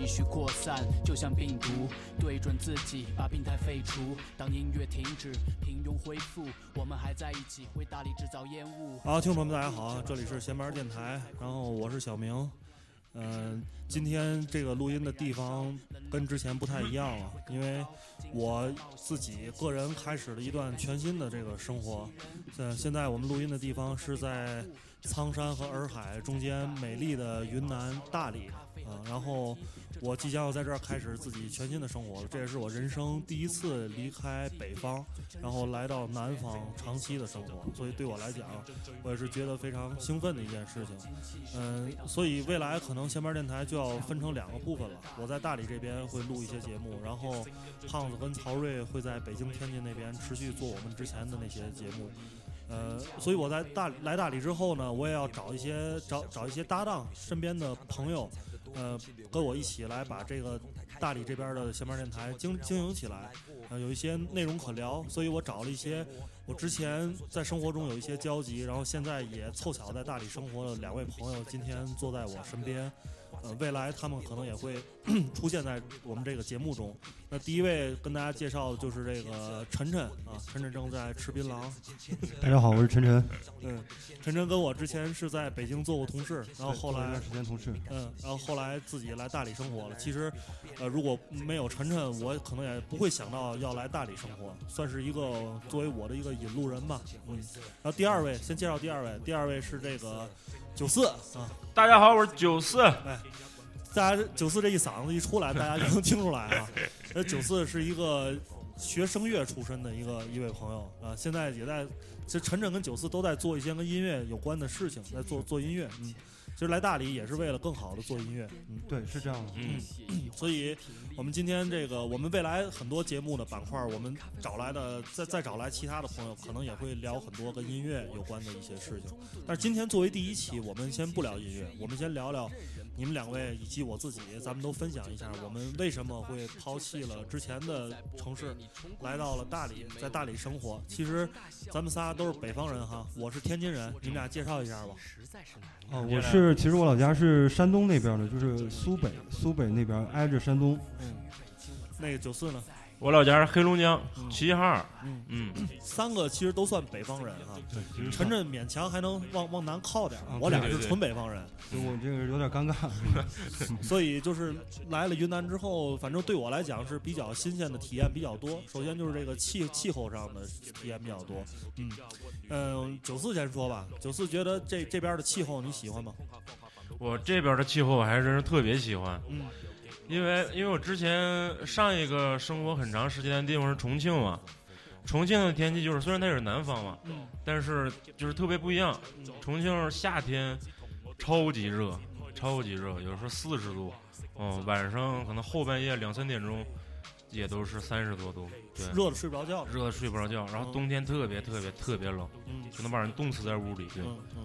续扩散，就像病毒，对准自己，把病态废除。当音乐停止，平庸恢复，我们还在一起，为大理制造烟雾。 好，听众朋友们，大家好，这里是闲班电台，然后我是小明。今天这个录音的地方跟之前不太一样了，因为我自己个人开始了一段全新的这个生活。现在我们录音的地方是在苍山和洱海中间美丽的云南大理然后我即将要在这儿开始自己全新的生活了，这也是我人生第一次离开北方，然后来到南方长期的生活，所以对我来讲，我也是觉得非常兴奋的一件事情。所以未来可能闲班电台就要分成两个部分了。我在大理这边会录一些节目，然后胖子跟曹睿会在北京、天津那边持续做我们之前的那些节目。所以我在来大理之后呢，我也要找一些搭档，身边的朋友，跟我一起来把这个大理这边的闲班电台经营起来，有一些内容可聊，所以我找了一些我之前在生活中有一些交集，然后现在也凑巧在大理生活的两位朋友，今天坐在我身边。未来他们可能也会出现在我们这个节目中。那第一位跟大家介绍的就是这个晨晨啊，晨晨正在吃槟榔。 大家好，我是晨晨。 晨晨跟我之前是在北京做过同事，然后后来时间同事， 然后后来自己来大理生活了。其实，如果没有晨晨，我可能也不会想到要来大理生活，算是一个作为我的一个引路人吧。然后第二位，先介绍第二位是这个94啊。 大家好，我是94。 大家94这一嗓子一出来，大家就能听出来啊。94是一个学声乐出身的一位朋友啊，现在也在，其实晨晨跟94都在做一些跟音乐有关的事情，在做音乐。其实来大理也是为了更好的做音乐。 对，是这样的。 所以我们今天这个，我们未来很多节目的板块，我们找来的再找来其他的朋友，可能也会聊很多跟音乐有关的一些事情。但是今天作为第一期，我们先不聊音乐，我们先聊聊你们两位以及我自己，咱们都分享一下我们为什么会抛弃了之前的城市，来到了大理，在大理生活。其实咱们仨都是北方人哈，我是天津人，你们俩介绍一下吧。 其实我老家是山东那边的，就是苏北那边挨着山东。 那个94呢？ 我老家是黑龙江齐齐哈尔。 三个其实都算北方人哈。 对， 晨晨勉强还能往南靠点，我俩是纯北方人。 我这个有点尴尬。 所以就是来了云南之后，反正对我来讲是比较新鲜的体验比较多。首先就是这个气候上的体验比较多。94先说吧。94觉得这边的气候你喜欢吗？ 我这边的气候我还是特别喜欢。因为我之前上一个生活很长时间的地方是重庆嘛，重庆的天气就是虽然它也是南方嘛，但是就是特别不一样。重庆夏天超级热，有时候40度，晚上可能后半夜2、3点钟也都是30多度，对， 热的睡不着觉， 然后冬天特别冷，就能把人冻死在屋里。对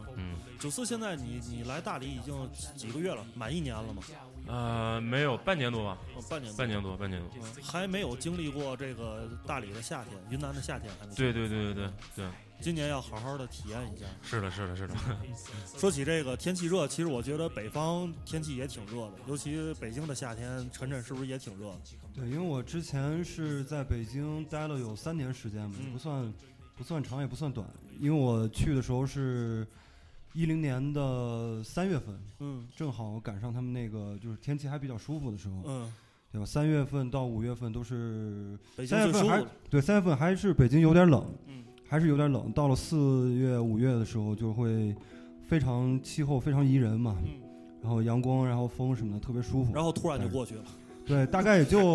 ，94现在你来大理已经几个月了？满1年了吗？ 没有，半年多吧。半年多。 还没有经历过这个大理的夏天，云南的夏天还没。 对。 今年要好好的体验一下。 是的。 说起这个天气热，其实我觉得北方天气也挺热的，尤其北京的夏天，晨晨是不是也挺热的？ 对，因为我之前是在北京待了有3年时间嘛，不算长也不算短，因为我去的时候是10年的3月份，正好赶上他们那个就是天气还比较舒服的时候，对吧？3月份到5月份都是北京最舒服。 对，3月份还是北京有点冷，还是有点冷。到了4月、5月的时候，就会气候非常宜人嘛，然后阳光，然后风什么的特别舒服。 然后突然就过去了。 对，大概也就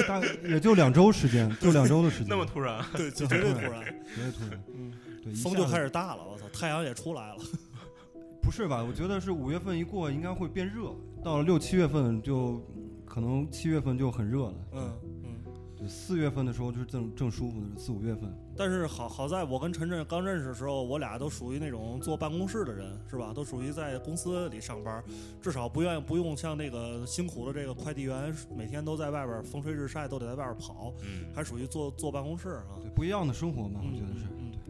2周时间，就2周的时间。 那么突然？ 对，绝对突然。 对， 风就开始大了，我操，太阳也出来了。 不是吧？我觉得是5月份一过，应该会变热，到了6、7月份就可能7月份就很热了。对，4月份的时候就是正舒服的4、5月份。 但是好在我跟晨晨刚认识的时候，我俩都属于那种坐办公室的人，是吧？都属于在公司里上班，至少不用像那个辛苦的这个快递员，每天都在外边风吹日晒，都得在外边跑，还属于坐办公室啊。 对，不一样的生活嘛，我觉得是。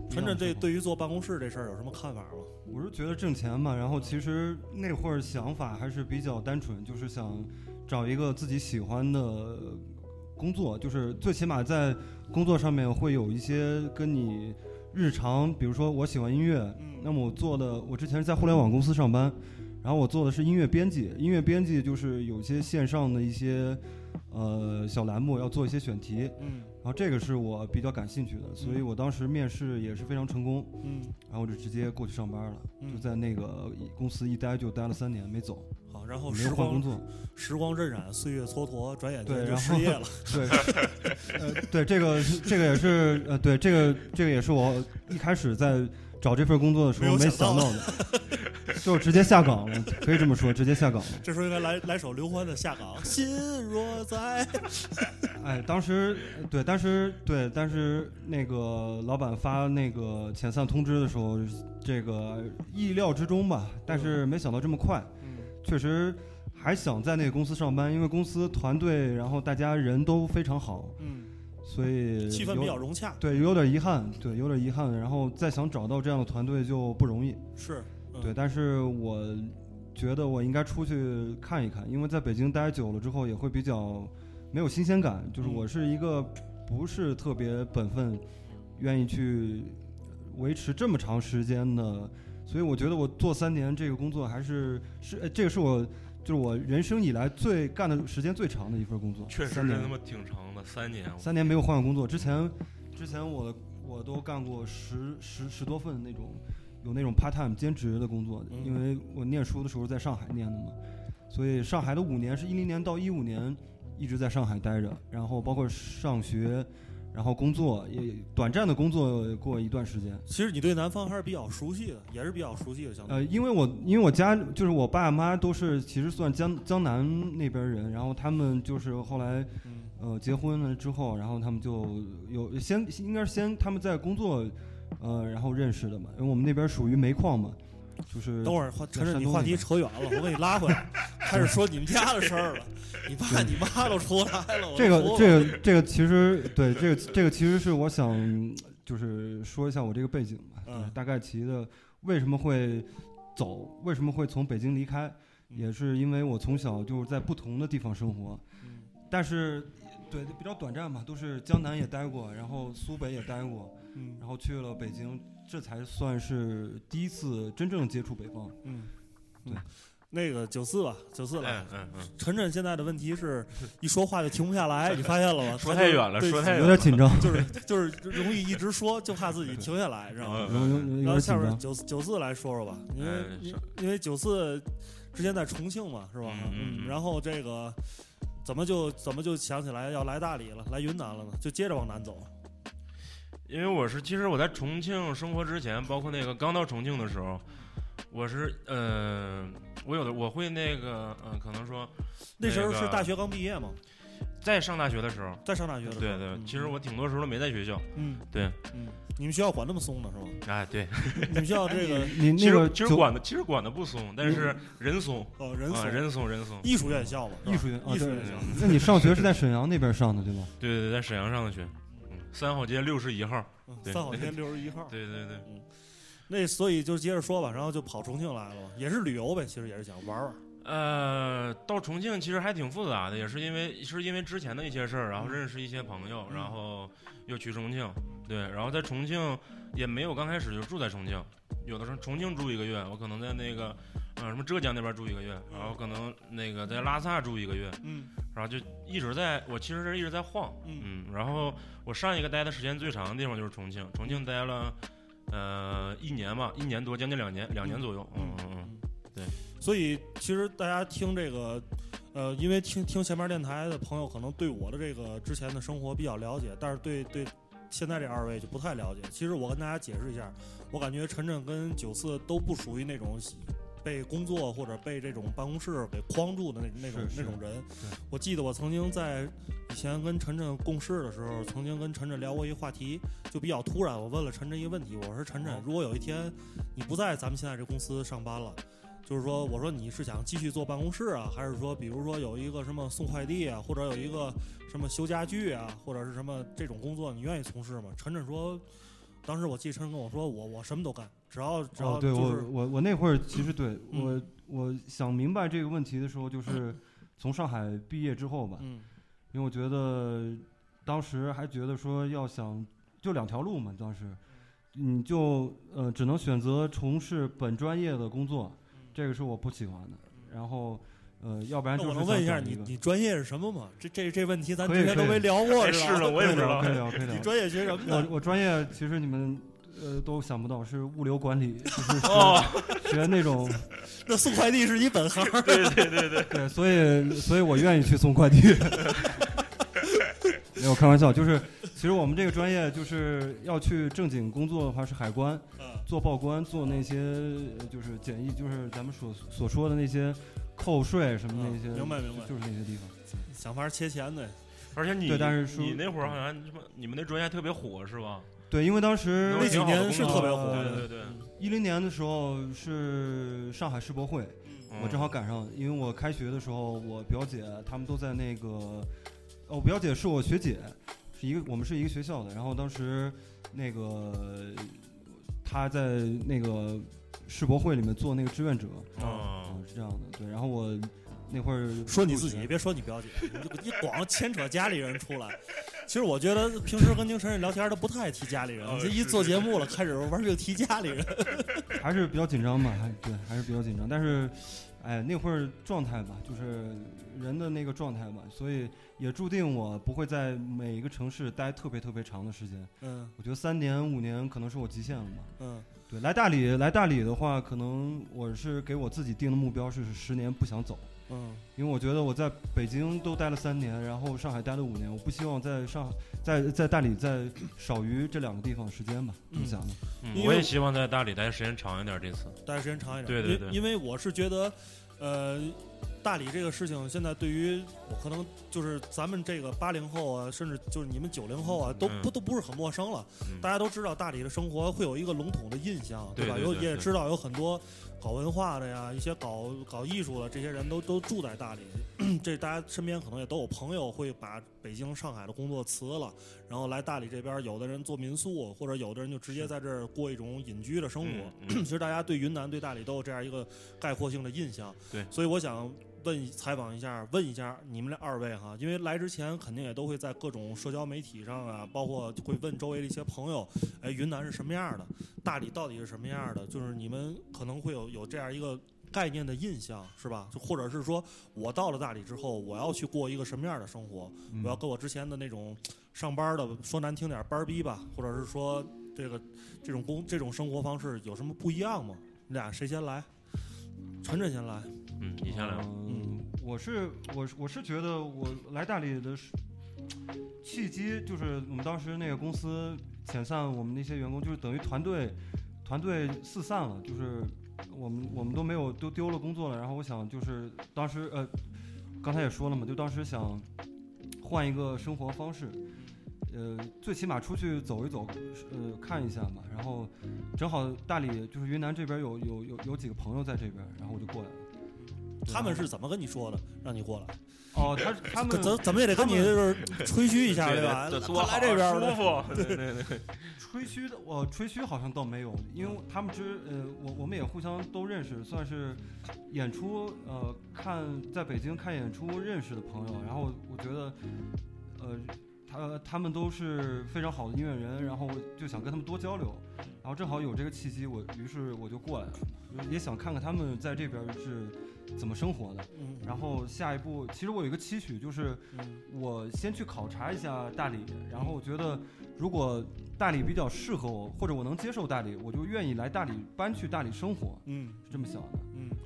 晨晨对于坐办公室这事儿有什么看法吗？ 我是觉得挣钱嘛，然后其实那会儿想法还是比较单纯，就是想找一个自己喜欢的工作，就是最起码在工作上面会有一些跟你日常，比如说我喜欢音乐，那么我之前是在互联网公司上班，然后我做的是音乐编辑。音乐编辑就是有些线上的一些小栏目要做一些选题，然后这个是我比较感兴趣的，所以我当时面试也是非常成功，然后我就直接过去上班了，就在那个公司一待就待了3年没走。 好，然后没有换工作， 时光荏苒，岁月蹉跎，转眼间就失业了。 对，这个也是对，这个也是我一开始在找这份工作的时候没想到的，就直接下岗了，可以这么说，直接下岗了。 这时候应该来首刘欢的《下岗》，心若在。 哎，当时但是那个老板发那个遣散通知的时候，这个意料之中吧，但是没想到这么快。确实还想在那个公司上班，因为公司团队，然后大家人都非常好，所以气氛比较融洽。 对，有点遗憾，然后再想找到这样的团队就不容易。 是， 对，但是我觉得我应该出去看一看，因为在北京待久了之后也会比较没有新鲜感，就是我是一个不是特别本分，愿意去维持这么长时间的。所以我觉得我做3年这个工作还是这个是我人生以来干的时间最长的一份工作。 确实是那么挺长的，3年。 3年没有换过工作，之前我都干过十多份那种有那种 part time 兼职的工作，因为我念书的时候在上海念的嘛，所以上海的5年是10年到15年一直在上海待着，然后包括上学。然后工作也短暂的工作过一段时间。 其实你对南方还是比较熟悉的，也是比较熟悉的。 因为我家就是我爸妈都是其实算江南那边人，然后他们就是后来结婚了之后，然后他们就应该是先他们在工作然后认识的嘛，因为我们那边属于煤矿嘛。就是等会儿，陈晨，你话题扯远了，我给你拉回来，开始说你们家的事儿了。你爸你妈都出来了。 这个其实对这个其实是我想就是说一下我这个背景吧，大概其的为什么会走，为什么会从北京离开，也是因为我从小就是在不同的地方生活，但是对比较短暂嘛，都是江南也待过，然后苏北也待过，然后去了北京。这才算是第一次真正接触北方。对， 那个94吧，94了。晨晨现在的问题是，一说话就停不下来，你发现了吗？ 说太远了，说太远了， 有点紧张。 就是容易一直说，就怕自己停下来，知道吗？然后下面94来说说吧，因为94之前在重庆嘛，是吧？然后这个怎么就想起来要来大理了，来云南了呢？就接着往南走。 因为其实我在重庆生活之前，包括那个刚到重庆的时候，我是我会那个可能说， 那时候是大学刚毕业吗？ 在上大学的时候， 对， 其实我挺多时候都没在学校。对， 你们学校管那么松的是吧？ 哎，对， 你们学校这个你那个其实管的不松，但是人松。人松。 艺术院校嘛， 艺术院校。 那你上学是在沈阳那边上的对吧？ 对，在沈阳上的学。3号街61号 ，3号街61号， 对， 那所以就接着说吧，然后就跑重庆来了，也是旅游呗，其实也是想玩玩。 到重庆其实还挺复杂的，也是因为之前的一些事儿，然后认识一些朋友，然后又去重庆，对，然后在重庆也没有刚开始就住在重庆，有的时候重庆住1个月，我可能在那个什么浙江那边住1个月，然后可能那个在拉萨住1个月，然后就我其实是一直在晃，然后我上一个待的时间最长的地方就是重庆待了1年吧，1年多，将近2年左右，对。 所以其实大家听这个，因为听前面电台的朋友可能对我的这个之前的生活比较了解，但是对现在这2位就不太了解。其实我跟大家解释一下，我感觉晨晨跟94都不属于那种被工作或者被这种办公室给框住的那种人。我记得我曾经在以前跟晨晨共事的时候，曾经跟晨晨聊过一个话题，就比较突然，我问了晨晨一个问题，我说晨晨，如果有一天你不在咱们现在这公司上班了，就是说我说你是想继续坐办公室啊，还是说比如说有一个什么送快递啊，或者有一个什么修家具啊，或者是什么这种工作你愿意从事吗？晨晨说当时我记琛跟我说，我什么都干，只要对、 就是、 我那会儿其实对、我想明白这个问题的时候，就是从上海毕业之后吧，因为我觉得当时还觉得说要想就2条路嘛，当时你就只能选择从事本专业的工作，这个是我不喜欢的，然后。要不然就是我能问一下你专业是什么吗？这问题咱之前都没聊过， 是的，我也不知道。 可以聊。 你专业学什么的？ 我专业其实你们都想不到是物流管理，就是学那种。 那送快递是你本行。 对，所以我愿意去送快递。没有开玩笑，就是其实我们这个专业就是要去正经工作的话是海关，做报关，做那些就是检疫，就是咱们所说的那些。扣税什么那些， 明白， 就是那些地方， 想法切钱的。 而且但是你那会儿好像你们那专业特别火是吧？ 对，因为当时那几年是特别火的。对。 10年的时候是上海世博会，我正好赶上，因为我开学的时候，我表姐他们都在那个，我表姐是我学姐，我们是一个学校的，然后当时那个她在那个。世博会里面做那个志愿者，是这样的，对。然后我那会儿说你自己，别说你表姐，你光牵扯家里人出来。其实我觉得平时跟宁晨聊天都不太提家里人，这一做节目了，开始玩就提家里人， 还是比较紧张吧，还是比较紧张。但是，那会儿状态吧，就是人的那个状态吧，所以也注定我不会在每一个城市待特别特别长的时间。我觉得3年5年可能是我极限了嘛。对，来大理的话，可能我是给我自己定的目标是10年不想走。因为我觉得我在北京都待了3年，然后上海待了5年，我不希望在大理再少于这2个地方的时间吧。这么想的。 我也希望在大理待时间长一点，这次待时间长一点。 对， 因为我是觉得，大理这个事情现在对于我可能就是咱们这个80后啊，甚至就是你们90后啊，都不是很陌生了。大家都知道大理的生活会有一个笼统的印象，对吧？也知道有很多搞文化的呀，一些搞艺术的这些人都住在大理。这大家身边可能也都有朋友会把北京、上海的工作辞了，然后来大理这边。有的人做民宿，或者有的人就直接在这儿过一种隐居的生活。其实大家对云南、对大理都有这样一个概括性的印象。 对， 所以我想采访一下，问一下你们2位哈，因为来之前肯定也都会在各种社交媒体上啊，包括会问周围的一些朋友，云南是什么样的，大理到底是什么样的，就是你们可能会有这样一个概念的印象，是吧？就或者是说我到了大理之后，我要去过一个什么样的生活？我要跟我之前的那种上班的，说难听点班逼吧，或者是说这种生活方式有什么不一样吗？你俩谁先来？陈先来。 你先来吧。 我是觉得我来大理的契机就是我们当时那个公司遣散我们那些员工，就是等于团队四散了，就是我们都没有都丢了工作了。然后我想就是当时刚才也说了嘛，就当时想换一个生活方式，最起码出去走一走，看一下嘛。然后正好大理就是云南这边有几个朋友在这边，然后我就过来了。 他们是怎么跟你说的，让你过来？ 他们怎么也得跟你就是吹嘘一下，对吧？ 多来这边舒服。 对，吹嘘好像倒没有，因为他们我们也互相都认识，算是演出在北京看演出认识的朋友。然后我觉得他们都是非常好的音乐人，然后就想跟他们多交流，然后正好有这个契机，于是我就过来了，也想看看他们在这边是怎么生活的。然后下一步，其实我有一个期许，就是我先去考察一下大理，然后我觉得如果大理比较适合我，或者我能接受大理，我就愿意来大理，搬去大理生活。是这么想的。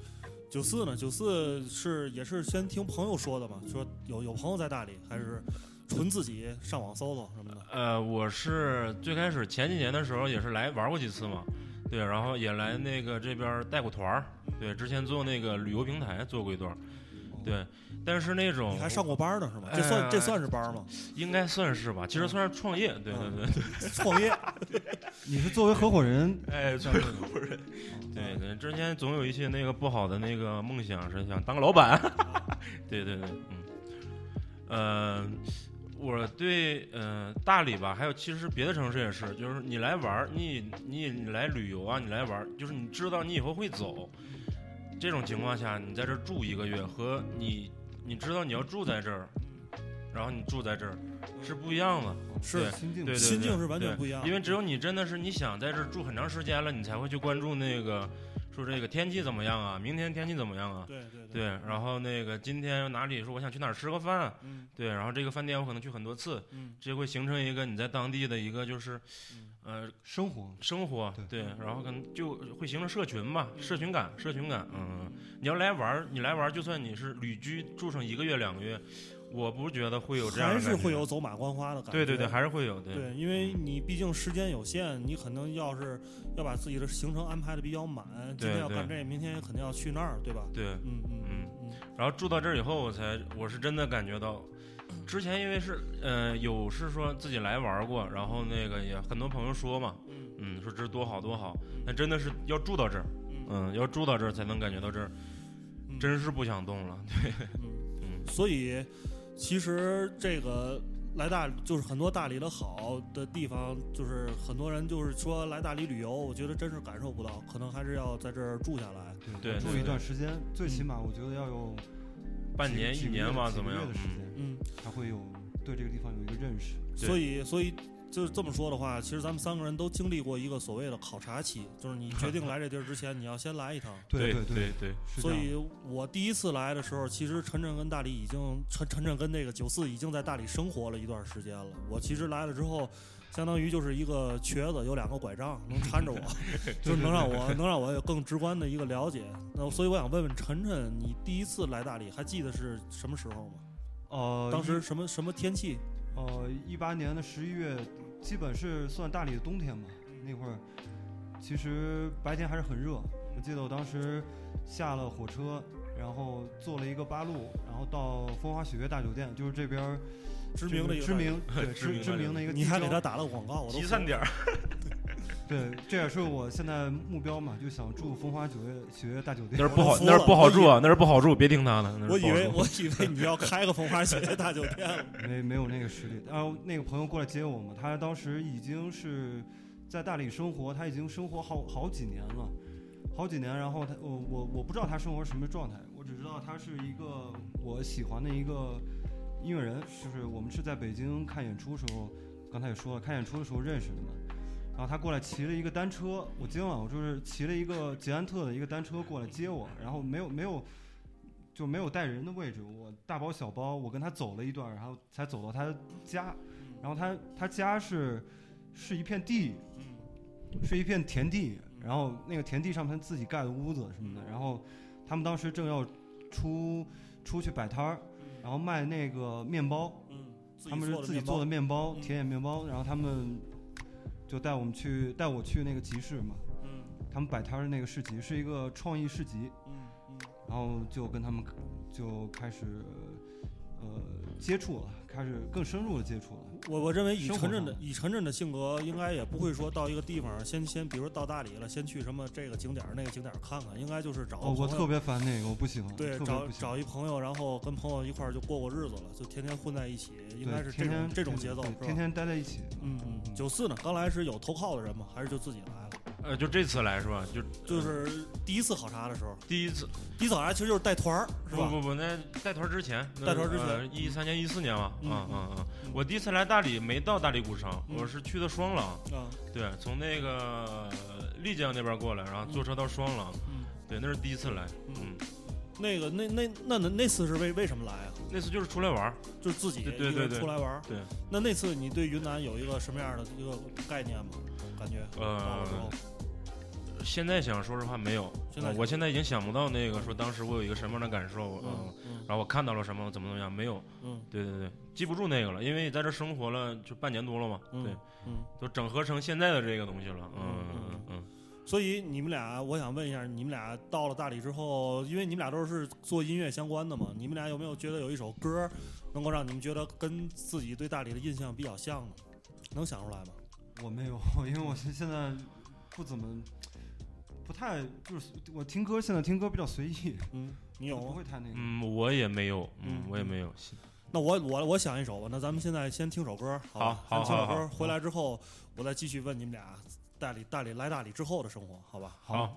94呢？94也是先听朋友说的嘛，说有朋友在大理，还是纯自己上网搜搜什么的？ 我是最开始前几年的时候也是来玩过几次嘛。对，然后也来那个这边带过团儿，对，之前做那个旅游平台做过一段，对，但是那种你还上过班呢是吗？这算是班吗？ 应该算是吧，其实算是创业，对， 创业。 你是作为合伙人？ 作为合伙人，对，之前总有一些那个不好的那个梦想是想当老板，对， 我对大理吧，还有其实别的城市也是，就是你来玩，你来旅游啊，你来玩，就是你知道你以后会走，这种情况下你在这儿住1个月，和你知道你要住在这儿，然后你住在这儿是不一样的， 是对心境是完全不一样的。 因为只有你真的是你想在这儿住很长时间了，你才会去关注那个说这个天气怎么样啊，明天天气怎么样啊？对，然后那个今天哪里说我想去哪儿吃个饭，对，然后这个饭店我可能去很多次，这会形成一个你在当地的一个就是生活，对，然后可能就会形成社群吧，社群感，你要来玩，你来玩，就算你是旅居住上1个月2个月。我不觉得会有这样的感觉， 还是会有走马观花的感觉。 对，还是会有。 对，因为你毕竟时间有限，你可能要把自己的行程安排的比较满，今天要干这，明天肯定要去那儿，对吧？ 对，然后住到这儿以后，我是真的感觉到，之前因为是是说自己来玩过，然后那个也很多朋友说嘛，说这多好多好，但真的是要住到这儿，要住到这儿才能感觉到这儿，真是不想动了，对， 所以。其实这个就是很多大理的好的地方，就是很多人就是说来大理旅游，我觉得真是感受不到，可能还是要在这儿住下来， 对，住一段时间，最起码我觉得要有半年1年吧，怎么样的时间，才会有对这个地方有一个认识。 所以就是这么说的话，其实咱们3个人都经历过一个所谓的考察期，就是你决定来这地儿之前，你要先来一趟。 对。 所以我第一次来的时候，其实陈跟大理陈跟那个94已经在大理生活了一段时间了。我其实来了之后，相当于就是一个瘸子，有2个拐杖能搀着我，就是能让我有更直观的一个了解。那所以我想问问陈，你第一次来大理还记得是什么时候吗？当时什么天气 ？18年的11月，基本是算大理的冬天吧。那会儿其实白天还是很热。我记得我当时下了火车，然后坐了一个8路，然后到风花雪月大酒店，就是这边知名的一个。 你还给他打了广告，我都集散点。 对，这也是我现在目标嘛，就想住风花雪月大酒店。 那是不好住啊，那是不好住，别听他的。 我以为你要开个风花雪月大酒店了。 没有那个实力。然后那个朋友过来接我嘛，他当时已经是在大理生活，他已经生活好几年了，然后我不知道他生活什么状态，我只知道他是一个我喜欢的一个音乐人，就是我们是在北京看演出的时候，刚才也说了，看演出的时候认识的嘛。然后他过来骑了一个单车，我惊了，我就是骑了一个捷安特的一个单车过来接我，然后没有带人的位置，我大包小包，我跟他走了一段，然后才走到他家，然后他家是一片地，是一片田地，然后那个田地上他自己盖的屋子什么的，然后他们当时正要出去摆摊儿，然后卖那个面包，他们是自己做的面包，田野面包，然后他们就带我去那个集市嘛，他们摆摊的那个市集是一个创意市集，然后就跟他们就开始接触了，开始更深入的接触了。 我认为以陈震的性格，应该也不会说到一个地方先比如说到大理了，先去什么这个景点那个景点看看，应该就是找我特别烦那个，我不喜欢。 对，找一朋友，然后跟朋友一块儿就过日子了，就天天混在一起，应该是这种节奏， 天天待在一起。 94呢，刚来是有投靠的人吗？还是就自己来了？ 就这次来是吧？ 就是第一次考察的时候。 第一次考察其实就是带团儿，是吧？ 不，那带团之前，13年、14年嘛，我第一次来大理没到大理古城，我是去的双廊，对，从那个丽江那边过来，然后坐车到双廊，对，那是第一次来， 那次是为什么来啊？ 那次就是出来玩， 就是自己对出来玩。 对， 那次你对云南有一个什么样的一个概念吗？感觉？ 现在想说实话没有，我现在已经想不到那个说当时我有一个什么样的感受，然后我看到了什么怎么样，没有，对，记不住那个了，因为在这生活了就半年多了嘛，对，都整合成现在的这个东西了， 所以你们俩，我想问一下，你们俩到了大理之后，因为你们俩都是做音乐相关的嘛，你们俩有没有觉得有一首歌能够让你们觉得跟自己对大理的印象比较像呢？能想出来吗？ 我没有，因为我现在不太，就是我听歌，现在听歌比较随意。 你有？ 不会太那个。 我也没有，我也没有。 那我想一首吧。那咱们现在先听首歌，好吧？先听首歌，回来之后我再继续问你们俩来大理之后的生活，好吧？ 好，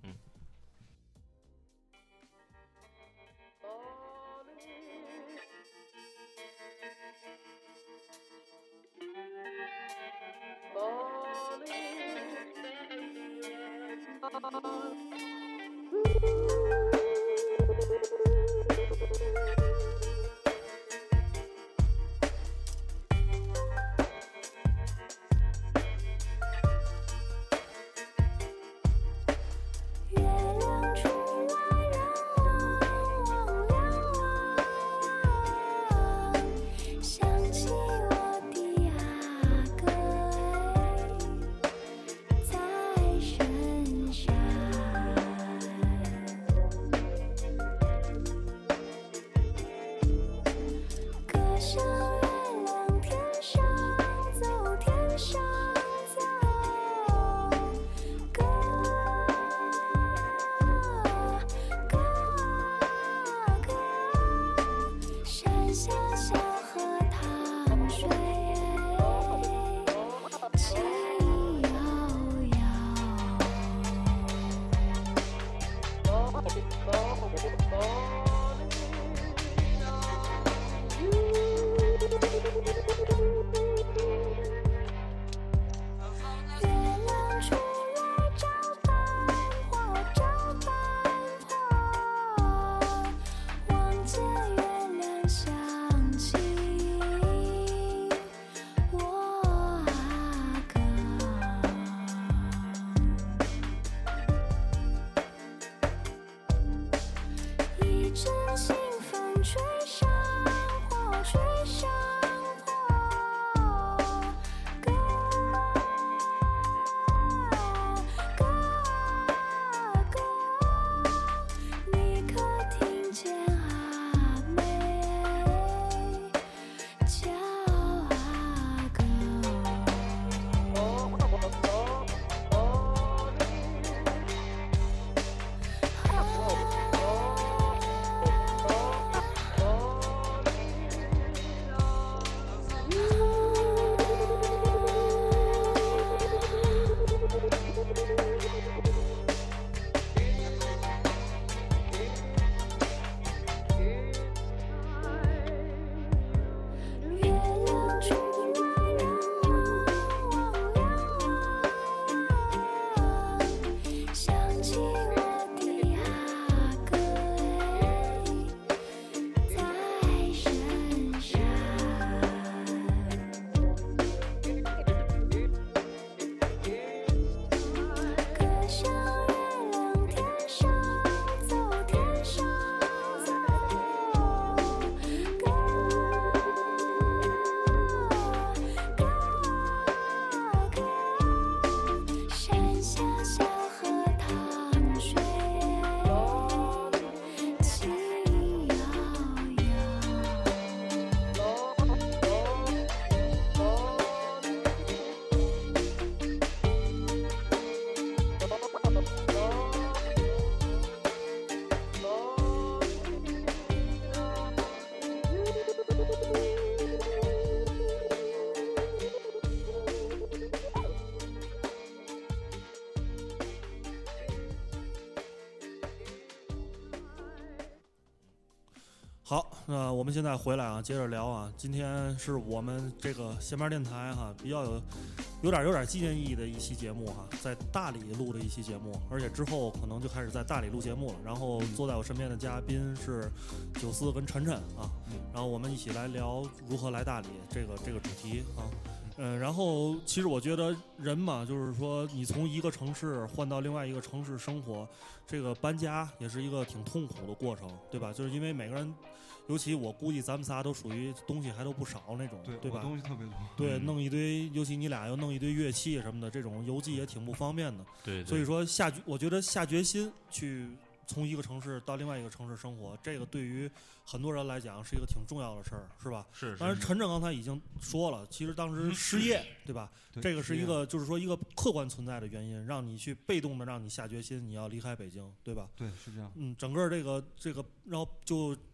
好，那我们现在回来啊，接着聊啊。今天是我们这个闲班电台哈，比较有点纪念意义的一期节目哈，在大理录的一期节目，而且之后可能就开始在大理录节目了。然后坐在我身边的嘉宾是九思跟晨晨啊，然后我们一起来聊如何来大理这个主题啊。然后其实我觉得人嘛，就是说你从一个城市换到另外一个城市生活，这个搬家也是一个挺痛苦的过程，对吧？就是因为每个人，尤其我估计咱们仨都属于东西还都不少那种，对吧？ 东西特别多。 对，弄一堆，尤其你俩又弄一堆乐器什么的，这种邮寄也挺不方便的。 对。 所以说我觉得下决心去从一个城市到另外一个城市生活，这个对于很多人来讲是一个挺重要的事儿，是吧？ 是。 当然，陈正刚才已经说了，其实当时失业，对吧？这个是一个，就是说一个客观存在的原因，让你去被动的让你下决心，你要离开北京，对吧？ 对，是这样。 整个这个，然后就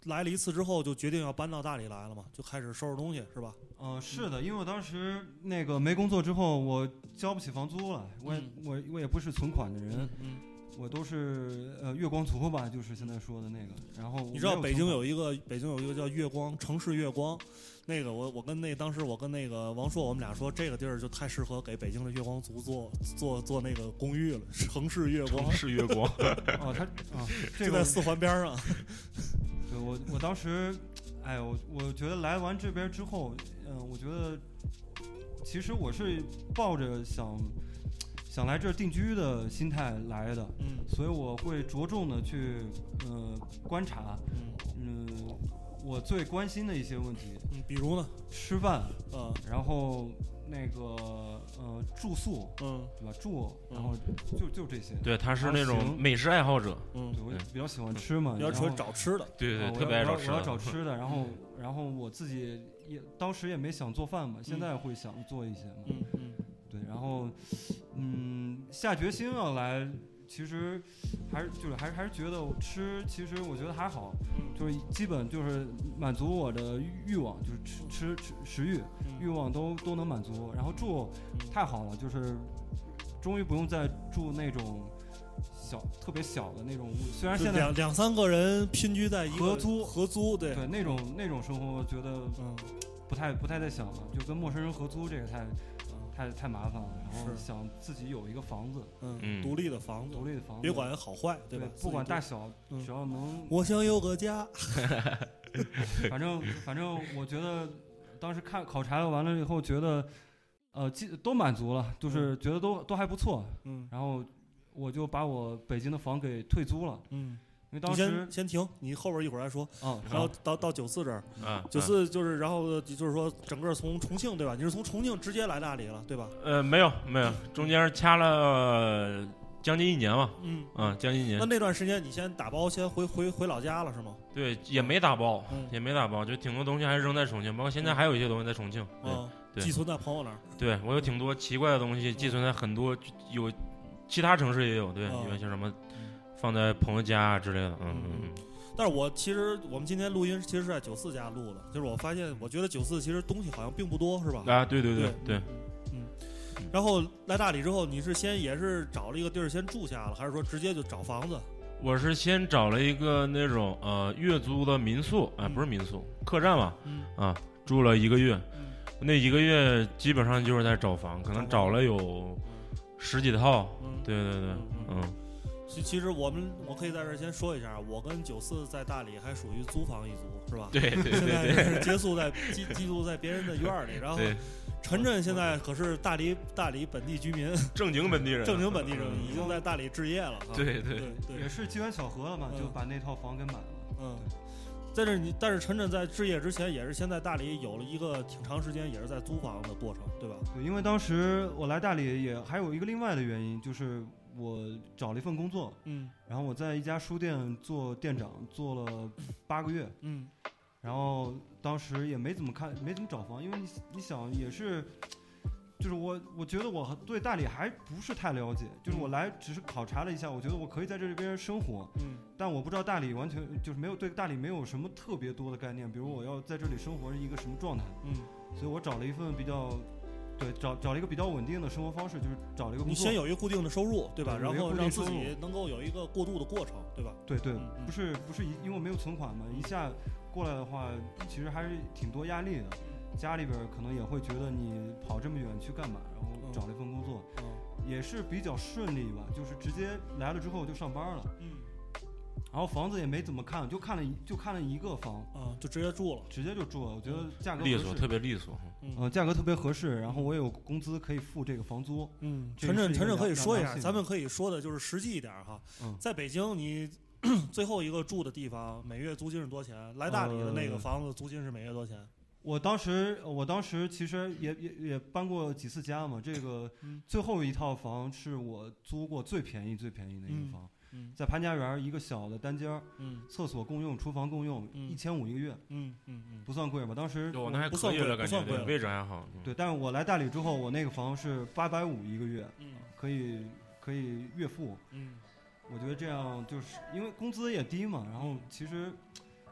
来了一次之后就决定要搬到大理来了嘛，就开始收拾东西是吧？ 是的，因为我当时那个没工作之后，我交不起房租了，我也不是存款的人，我都是月光族吧，就是现在说的那个。然后你知道北京有一个叫月光城市月光，那个我跟当时我跟那个王硕我们俩说，这个地儿就太适合给北京的月光族做那个公寓了，城市月光。 城市月光。 这就在四环边上。 对，我当时，我觉得来完这边之后，我觉得其实我是抱着想来这儿定居的心态来的，所以我会着重的去观察，我最关心的一些问题， 比如呢， 吃饭，然后那个住宿，对吧？住，然后就这些。 对，他是那种美食爱好者， 对，我比较喜欢吃嘛， 比较喜欢找吃的， 对，特别爱找吃的。 我要找吃的，然后我自己当时也没想做饭嘛，现在会想做一些嘛，对，然后下决心要来，其实还是觉得吃，其实我觉得还好，就是基本就是满足我的欲望，就是吃食欲欲望都能满足，然后住太好了，就是终于不用再住那种特别小的那种屋，虽然现在两三个人拼居在一个合租，对那种生活，我觉得不太在想了，就跟陌生人合租这个太麻烦了，然后想自己有一个房子， 独立的房子，别管好坏，对吧？ 不管大小，只要能。 我想有个家。 反正我觉得当时考察了完了以后，觉得都满足了，就是觉得都还不错，然后我就把我北京的房给退租了，因为当时先停，你后边一会儿再说。然后到94这儿 ，94 就是，然后就是说整个从重庆对吧？你是从重庆直接来大理了对吧？ 没有，中间掐了将近1年吧。将近1年。 那段时间你先打包，先回老家了是吗？ 对，也没打包，就挺多东西还是扔在重庆，包括现在还有一些东西在重庆。对， 寄存在朋友那儿。 对，我有挺多奇怪的东西寄存在很多有其他城市也有，对，有些什么。放在朋友家之类的， 但是我们今天录音其实是在94家录的，就是我发现，我觉得94其实东西好像并不多，是吧？ 对。 然后来大理之后，你是也是找了一个地儿先住下了，还是说直接就找房子？ 我是先找了一个那种月租的民宿，不是民宿，客栈嘛，住了1个月，那1个月基本上就是在找房，可能找了有10几套，对， 其实我可以在这儿先说一下，我跟94在大理还属于租房一族，是吧？ 对。 现在是寄宿在别人的院里，然后晨晨现在可是大理本地居民， 正经本地人， 已经在大理置业了。 对， 也是机缘巧合了嘛，就把那套房给买了。 在这但是晨晨在置业之前，也是先在大理有了一个挺长时间，也是在租房的过程，对吧？ 对，因为当时我来大理也还有一个另外的原因，就是我找了一份工作，然后我在一家书店做店长，做了8个月，然后当时也没怎么找房，因为你想也是，就是我觉得我对大理还不是太了解，就是我来只是考察了一下，我觉得我可以在这边生活，但我不知道大理完全就是对大理没有什么特别多的概念，比如我要在这里生活是一个什么状态，所以我找了一份比较。对，找了一个比较稳定的生活方式，就是找了一个工作。 你先有一个固定的收入，对吧？然后让自己能够有一个过渡的过程，对吧？ 对，不是因为我没有存款嘛，一下过来的话，其实还是挺多压力的。家里边可能也会觉得你跑这么远去干嘛？然后找了一份工作，也是比较顺利吧，就是直接来了之后就上班了。然后房子也没怎么看，就看了一个房就直接住了， 我觉得价格利索，特别利索， 价格特别合适，然后我也有工资可以付这个房租。 晨晨可以说一下，咱们可以说的就是实际一点哈。在北京你最后一个住的地方每月租金是多少钱？来大理的那个房子租金是每月多少钱？ 我当时其实也搬过几次家嘛，这个最后一套房是我租过最便宜的一个房。在潘家园一个小的单间，厕所共用，厨房共用，1500一个月，不算贵吧？当时那还可以了，感觉位置还好。 对，但是我来大理之后，我那个房是850一个月，可以月付。我觉得这样就是因为工资也低嘛，然后其实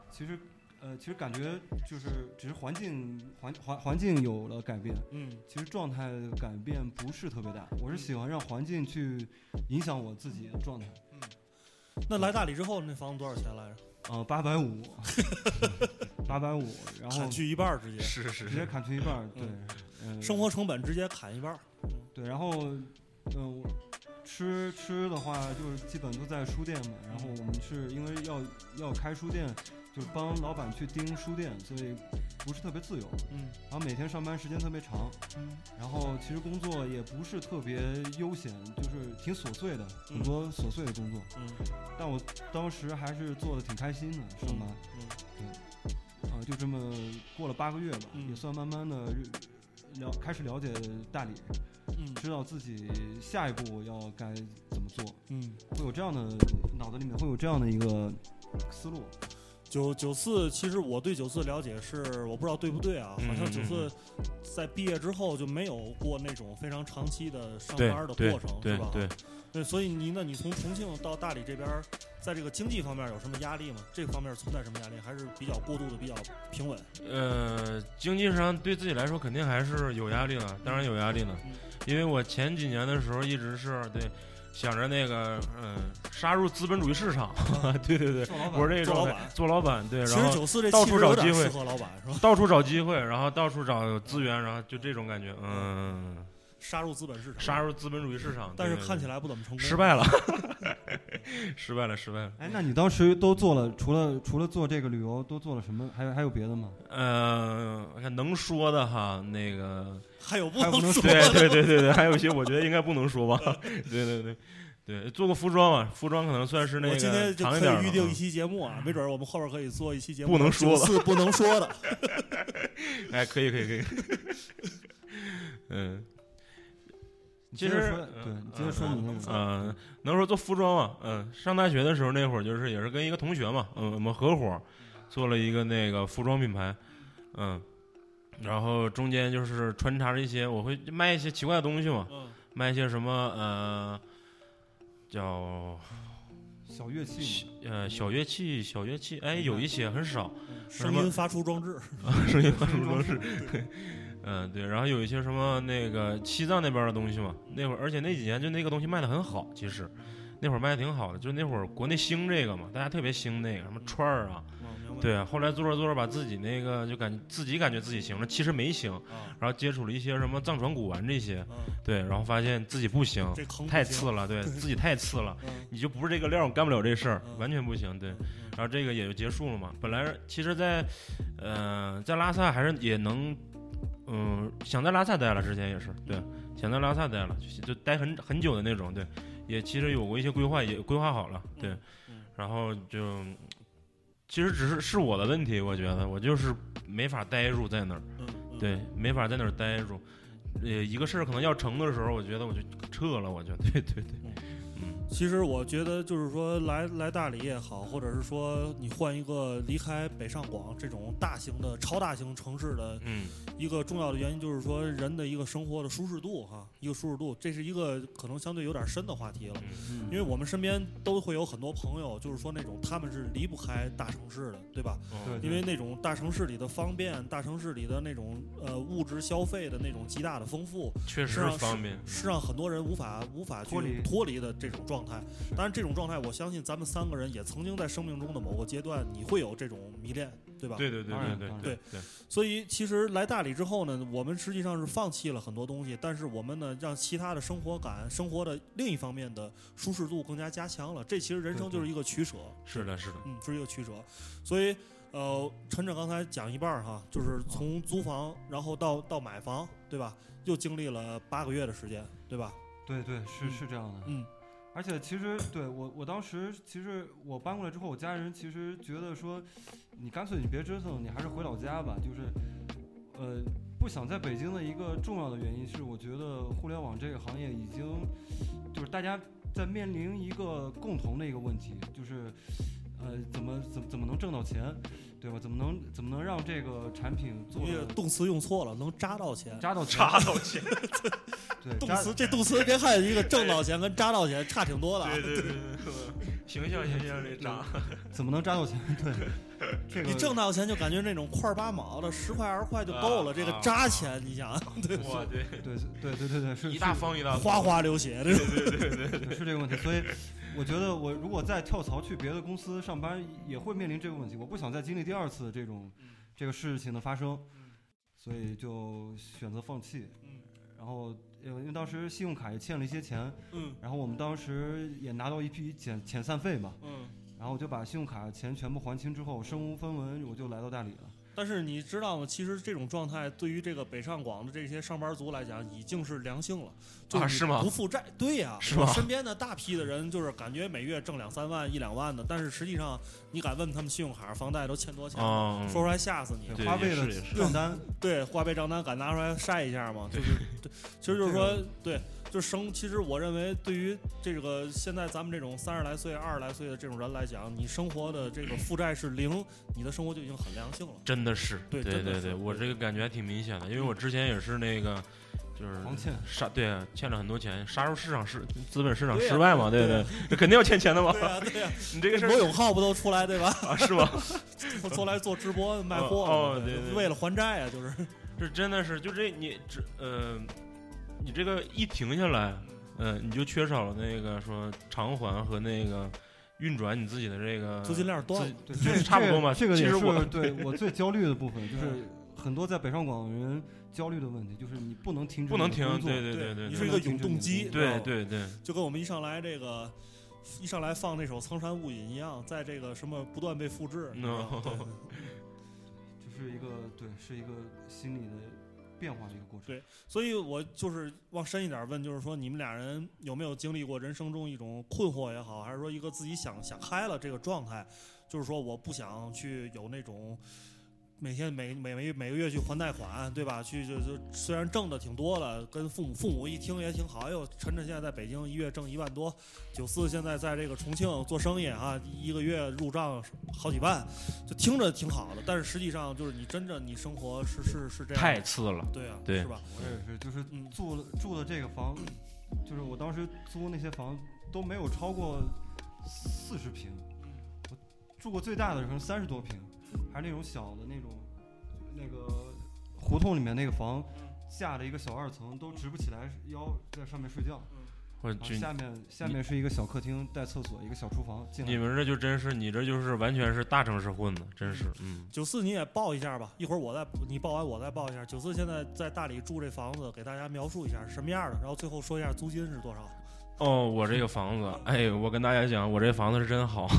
其实感觉就是只是环境有了改变，其实状态改变不是特别大。我是喜欢让环境去影响我自己的状态。 那来大理之后，那房子多少钱来着 ？850，850，然后砍去一半直接， 直接砍去一半，对， 生活成本直接砍一半， 对，然后吃的话就是基本都在书店嘛，然后我们是因为要开书店，就是帮老板去盯书店，所以不是特别自由，然后每天上班时间特别长，然后其实工作也不是特别悠闲，就是挺琐碎的，很多琐碎的工作，但我当时还是做的挺开心的，上班，对，就这么过了8个月吧，也算慢慢的开始了解大理，知道自己下一步要该怎么做，会有这样的脑子里面会有这样的一个思路。 94，其实我对94了解是我不知道对不对啊，好像94在毕业之后就没有过那种非常长期的上班的过程，是吧？对，所以你从重庆到大理这边，在这个经济方面有什么压力吗？这方面存在什么压力？还是比较过渡的，比较平稳？ 经济上对自己来说肯定还是有压力了，当然有压力了，因为我前几年的时候一直是想着那个杀入资本主义市场，对，我是这种做老板，对，然后到处找机会， 适合老板是吧？ 到处找机会，然后到处找资源，然后就这种感觉， 杀入资本市场， 杀入资本主义市场， 但是看起来不怎么成功， 失败了，失败了。 哎，那你当时都做了，除了做这个旅游，都做了什么？还有别的吗？ 能说的哈，那个还有不能说的，对，还有一些我觉得应该不能说吧，对，做过服装嘛，服装可能算是那个长一点。我今天就可以预定一期节目啊，没准我们后边可以做一期节目， 不能说的， 不能说的。 哎，可以。其实你接着说你那个。 能说做服装嘛？上大学的时候那会儿就是也是跟一个同学嘛，我们合伙做了一个那个服装品牌，然后中间就是穿插着一些，我会卖一些奇怪的东西嘛，卖一些什么叫小乐器， 小乐器，哎，有一些很少， 声音发出装置， 声音发出装置。对，然后有一些什么那个西藏那边的东西嘛，那会儿而且那几年就那个东西卖的很好，其实那会儿卖的挺好的，就那会儿国内兴这个嘛，大家特别兴那个什么串儿啊，对，后来做着把自己那个就感觉自己行了，其实没行，然后接触了一些什么藏传古玩这些，对，然后发现自己不行，太次了，对自己太次了，你就不是这个料，干不了这事儿，完全不行，对，然后这个也就结束了嘛。本来其实在拉萨还是也能。想在拉萨待了，之前也是对，想在拉萨待了，就待很久的那种，对，也其实有过一些规划，也规划好了，对，然后就其实只是我的问题，我觉得我就是没法待住在那儿，对，没法在那儿待住，一个事儿可能要成的时候，我觉得我就撤了，我觉得对。 其实我觉得就是说来大理也好，或者是说你换一个离开北上广这种大型的超大型城市的，一个重要的原因就是说人的一个生活的舒适度哈，一个舒适度，这是一个可能相对有点深的话题了，因为我们身边都会有很多朋友，就是说那种他们是离不开大城市的，对吧？因为那种大城市里的方便，大城市里的那种物质消费的那种极大的丰富， 确实方便， 是让很多人无法去脱离的这种状态。当然这种状态我相信咱们3个人也曾经在生命中的某个阶段你会有这种迷恋，对吧？ 对， 所以其实来大理之后呢，我们实际上是放弃了很多东西，但是我们呢让其他的生活的另一方面的舒适度更加加强了，这其实人生就是一个取舍。 是的是对，是这样的。而且其实对我当时其实我搬过来之后，我家人其实觉得说，你干脆你别折腾，你还是回老家吧。就是不想在北京的一个重要的原因是，我觉得互联网这个行业已经就是大家在面临一个共同的一个问题，就是怎么能挣到钱，对吧？怎么能让这个产品做？ 动词用错了，能扎到钱。 对， 动词别看一个挣到钱跟扎到钱差挺多的。 对， 形象这扎， 怎么能扎到钱？对，这个你挣到钱就感觉那种块8毛的10块20块就够了，这个扎钱你想，对对，是一大方一大方， 哗哗流血，对， 是这个问题。所以我觉得我如果再跳槽去别的公司上班，也会面临这个问题。我不想再经历第2次这个事情的发生，所以就选择放弃。然后因为当时信用卡也欠了一些钱，然后我们当时也拿到一批遣散费嘛，然后我就把信用卡钱全部还清之后，身无分文，我就来到大理了。 但是你知道吗？其实这种状态对于这个北上广的这些上班族来讲，已经是良性了，就是吗？ 不负债。对呀， 是吗？ 身边的大批的人就是感觉每月挣2、3万、1、2万的，但是实际上你敢问他们信用卡、房贷都欠多少钱？说出来吓死你。 花呗的账单， 对，花呗账单敢拿出来晒一下吗？就是对，其实就是说对。就是其实我认为，对于这个现在咱们这种30来岁、20来岁的这种人来讲，你生活的这个负债是0，你的生活就已经很良性了。 真的是， 对， 我这个感觉还挺明显的，因为我之前也是那个，就是欠了很多钱，杀入资本市场失败嘛，对，这肯定要欠钱的嘛。 对呀， 你这个事罗永浩不都出来对吧？ 啊，是吗？ 出来做直播卖货， 对， 为了还债啊，就是。 这真的是，就这你这个一停下来，你就缺少了那个说偿还和那个运转你自己的这个资金链断， 对， 这差不多嘛。 这个也是我最焦虑的部分，就是很多在北上广人焦虑的问题，就是你不能停， 对， 你是一个永动机， 对， 就跟我们一上来放那首《苍山雾隐》一样，在这个什么不断被复制， 就是是一个心理的变化的一个过程。 对，所以我就是往深一点问，就是说你们俩人有没有经历过人生中一种困惑也好，还是说一个自己想开了这个状态，就是说我不想去有那种每天每个月去还贷款，对吧？去就虽然挣的挺多了，跟父母一听也挺好。哎呦，陈晨现在在北京1月挣1万多，94现在在这个重庆做生意啊，1个月入账好几万，就听着挺好的。但是实际上就是你生活是这样， 太次了。 对啊， 对， 是吧？ 我也是，就是住的这个房，就是我当时租那些房都没有超过40平，我住过最大的可能30多平。还是那种小的那个胡同里面那个房，架着一个小2层，都直不起来腰，在上面睡觉。下面是一个小客厅带厕所，一个小厨房。 你们这就真是，你这就是完全是大城市混的，真是。 94你也报一下吧，一会儿你报完我再报一下。94现在在大理住这房子，给大家描述一下是什么样的，然后最后说一下租金是多少。 我这个房子，我跟大家讲，我这房子是真好。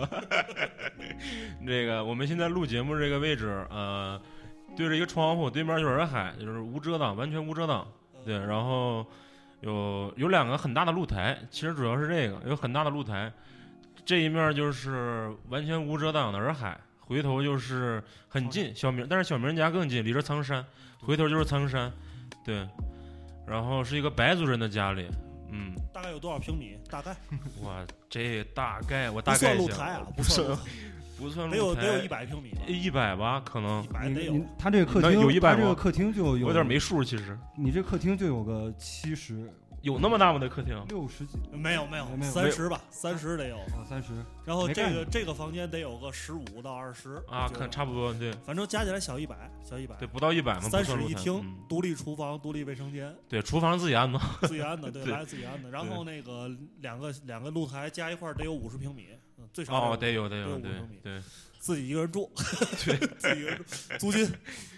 这个我们现在录节目这个位置，对着一个窗户，对面就是海，就是无遮挡，完全无遮挡。对，然后有2个很大的露台，其实主要是这个有很大的露台，这一面就是完全无遮挡的洱海，回头就是很近但是小明家更近，离着苍山，回头就是苍山。对，然后是一个白族人的家里。 大概有多少平米？大概？ 哇，这大概我大概不算露台啊，不算露台，得有100平米 ，100吧，可能 100得有。 他这个客厅有100吗？ 他这个客厅就有点没数，其实你这客厅就有个70。 有那么大吗？这客厅 60几？ 没有，30吧，30得有 30。 然后这个房间得有个15到20 啊，看差不多对。 反正加起来小100， 对，不到100嘛。 3室1厅，独立厨房，独立卫生间。 对，厨房自己安的， 自己安的，对，来自己安的。然后那个两个露台加一块得有50平米，最少得有 50平米。 对， 自己一个人住， 对， 自己一个人住，租金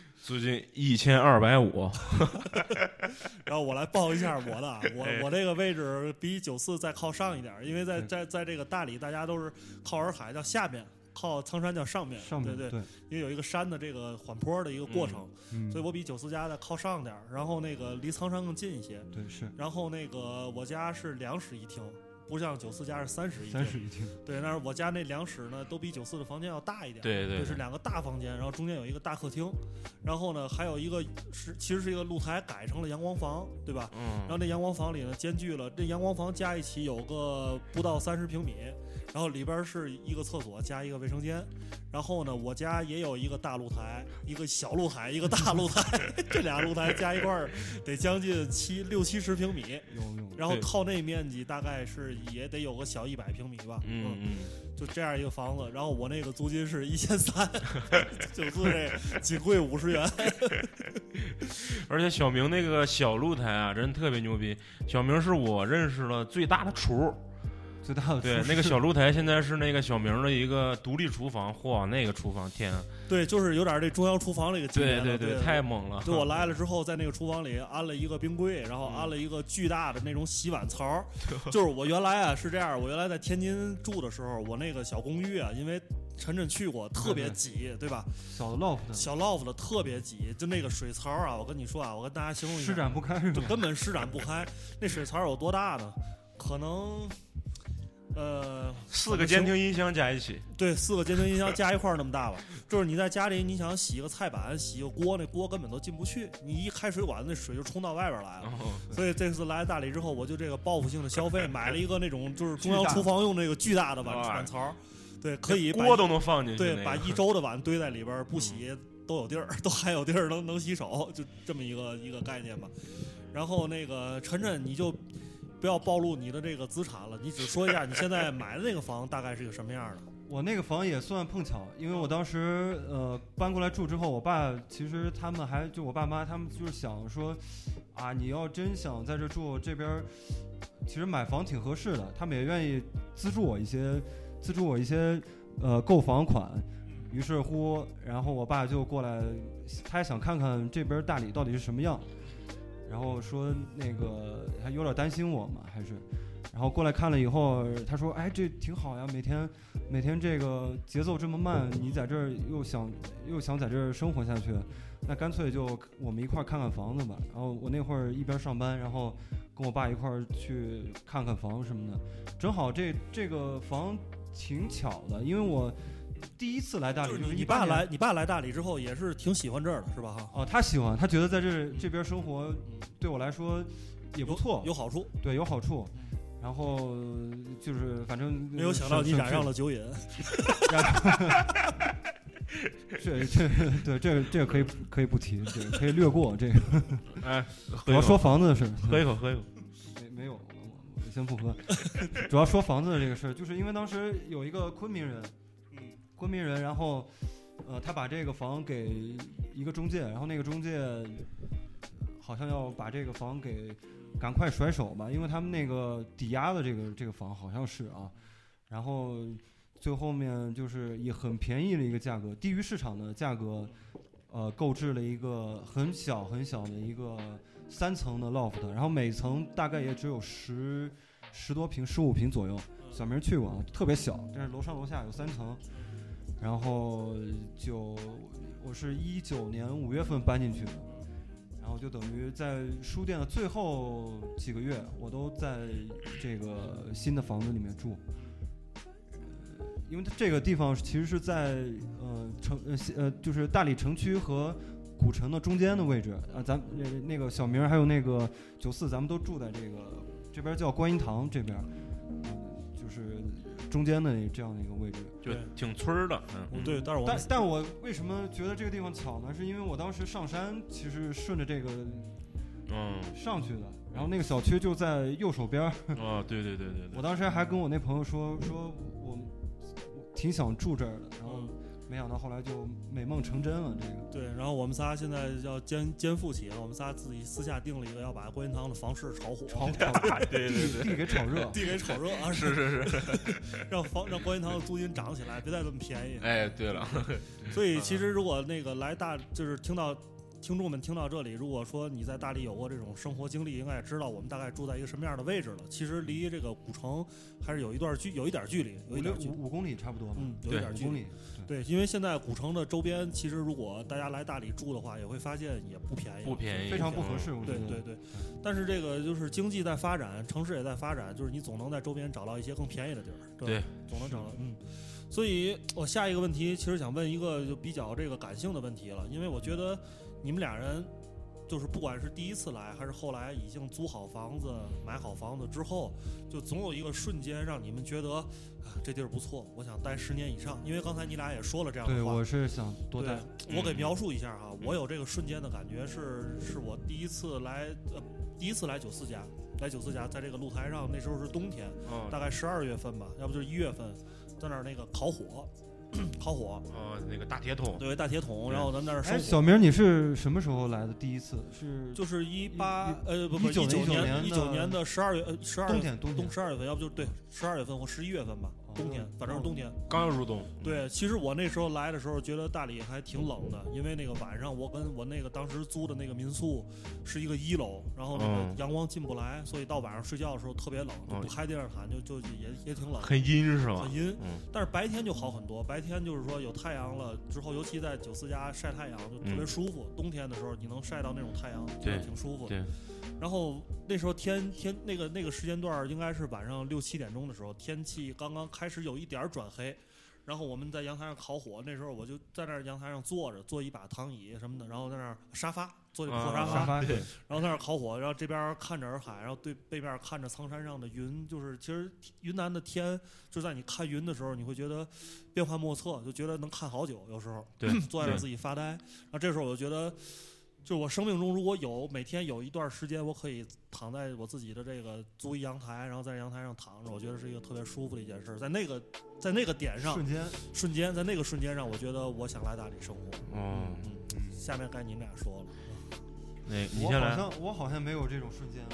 1250。 然后我来报一下我的，我这个位置比94再靠上一点，因为在这个大理大家都是靠洱海叫下面，靠苍山叫上面，对，因为有一个山的这个缓坡的一个过程，所以我比94家再靠上点，然后那个离苍山更近一些， 对是。 然后那个我家是2室1厅。不像94家是3室1 厅， 对，但是我家那2室呢，都比94的房间要大一点， 对， 就是2个大房间，然后中间有一个大客厅，然后呢还有一个其实是一个露台改成了阳光房，对吧？然后这阳光房里呢兼具了，这阳光房加一起有个不到30平米，然后里边是一个厕所加一个卫生间， 然后呢，我家也有一个大露台，一个小露台，一个大露台，这俩露台加一块儿得将近六七十平米，然后套内面积大概是也得有个小100平米吧，就这样一个房子。然后我那个租金是1300，就住这仅贵50元。 而且小明那个小露台啊，真特别牛逼。小明是我认识了最大的厨。 最大的对，那个小露台现在是那个小明的一个独立厨房，嚯，那个厨房天啊！ 对，就是有点这中央厨房那个级别的， 对，太猛了。 就我来了之后，在那个厨房里安了一个冰柜，然后安了一个巨大的那种洗碗槽。就是我原来啊是这样，我原来在天津住的时候，我那个小公寓啊，因为晨晨去过，特别挤，对吧？ 小 loft 特别挤，就那个水槽啊，我跟你说啊，我跟大家形容一下， 施展不开是吧？ 就根本施展不开。那水槽有多大呢？可能。 4个监听音箱加一起， 对，4个监听音箱加一块那么大吧。就是你在家里，你想洗个菜板、洗个锅，那锅根本都进不去。你一开水管，那水就冲到外边来了。所以这次来大理之后，我就这个报复性的消费，买了一个那种就是中央厨房用那个巨大的碗槽，对，可以锅都能放进去。 对，把1周的碗堆在里边，不洗都有地儿，都还有地儿能洗手，就这么一个概念吧。然后那个晨晨，你就。不要暴露你的这个资产了，你只说一下你现在买的那个房大概是个什么样的。 我那个房也算碰巧，因为我当时搬过来住之后，我爸其实他们就我爸妈他们就是想说啊，你要真想在这住，这边其实买房挺合适的，他们也愿意资助我一些购房款。于是乎，然后我爸就过来，他也想看看这边大理到底是什么样。然后说那个还有点担心我嘛，还是，然后过来看了以后，他说：“哎，这挺好呀，每天这个节奏这么慢，你在这儿又想在这儿生活下去，那干脆就我们一块儿看看房子吧。”然后我那会儿一边上班，然后跟我爸一块儿去看看房什么的，正好这个房挺巧的，因为我。第一次来大理就是你爸来大理之后也是挺喜欢这儿的是吧？哈。 哦，他喜欢，他觉得在这边生活对我来说也不错， 有好处。 对，有好处。然后就是反正没有想到你染上了酒瘾。 这个可以不提，这个可以略过这个。 哎， 主要说房子的事， 喝一口。 没有，我先不喝。主要说房子的这个事，就是因为当时有一个昆明人，然后，他把这个房给一个中介，然后那个中介好像要把这个房给赶快甩手吧，因为他们那个抵押的这个房好像是啊，然后最后面就是以很便宜的一个价格，低于市场的价格，购置了一个很小的一个3层的 loft， 然后每层大概也只有10多平、15平左右。小明去过啊，特别小，但是楼上楼下有3层。然后我是19年5月份搬进去的，然后就等于在书店的最后几个月，我都在这个新的房子里面住。因为这个地方其实是在就是大理城区和古城的中间的位置啊。咱那个小明还有那个94，咱们都住在这边叫观音堂这边，就是中间的这样的一个位置， 就挺村儿的。 对， 但我为什么觉得这个地方巧呢？是因为我当时上山其实顺着这个上去的，然后那个小区就在右手边。 对。 我当时还跟我那朋友说我挺想住这儿的，然后没想到后来就美梦成真了。这个对，然后我们仨现在要肩负起了，我们仨自己私下定了一个要把观音堂的房市炒火， 对， 地给炒热， 地给炒热啊！ 是， 让观音堂的租金涨起来，别再这么便宜。 哎，对了， 所以其实如果那个就是听众们听到这里，如果说你在大理有过这种生活经历，应该也知道我们大概住在一个什么样的位置了。其实离这个古城还是有一点距离 ，5公里差不多。 有一点距离。对，因为现在古城的周边，其实如果大家来大理住的话，也会发现也不便宜， 非常不合适。 对。但是这个就是经济在发展，城市也在发展，就是你总能在周边找到一些更便宜的地儿。 对， 总能找到。所以我下一个问题其实想问一个就比较这个感性的问题了，因为我觉得你们俩人就是不管是第一次来还是后来已经租好房子买好房子之后，就总有一个瞬间让你们觉得这地儿不错，我想待10年以上。因为刚才你俩也说了这样的话， 对，我是想多待。 我给描述一下哈，我有这个瞬间的感觉是我第一次来94家，在这个露台上，那时候是冬天，大概12月份吧，要不就是1月份，在那儿那个烤火。 那个大铁桶， 对，大铁桶，然后咱那儿生火。 小明，你是什么时候来的？第一次是就是 19 年的12月冬天 12月份，要不就对12月份或11月份吧，冬天，反正是冬天， 刚要入冬。 对，其实我那时候来的时候觉得大理还挺冷的，因为那个晚上我跟我那个当时租的那个民宿是一个1楼，然后那个阳光进不来，所以到晚上睡觉的时候特别冷，不开电热毯就也挺冷， 很阴是吧？ 很阴，但是白天就好很多，白天就是说有太阳了之后，尤其在94家晒太阳就特别舒服。冬天的时候你能晒到那种太阳， 对， 挺舒服的。 对。 然后那时候天那个时间段应该是晚上6、7点钟的时候，天气刚刚开始有一点转黑。然后我们在阳台上烤火，那时候我就在那阳台上坐一把躺椅什么的，然后在那沙发坐一个破沙发， 对， 然后在那烤火，然后这边看着洱海，然后对背面看着苍山上的云，就是其实云南的天，就在你看云的时候，你会觉得变幻莫测，就觉得能看好久，有时候对坐在那自己发呆。然后这时候我就觉得，就我生命中如果每天有一段时间，我可以躺在我自己的这个租一阳台，然后在阳台上躺着，我觉得是一个特别舒服的一件事。在那个点上，瞬间，在那个瞬间让我觉得我想来大理生活。下面该你们俩说了。 你先来。 我好像没有这种瞬间。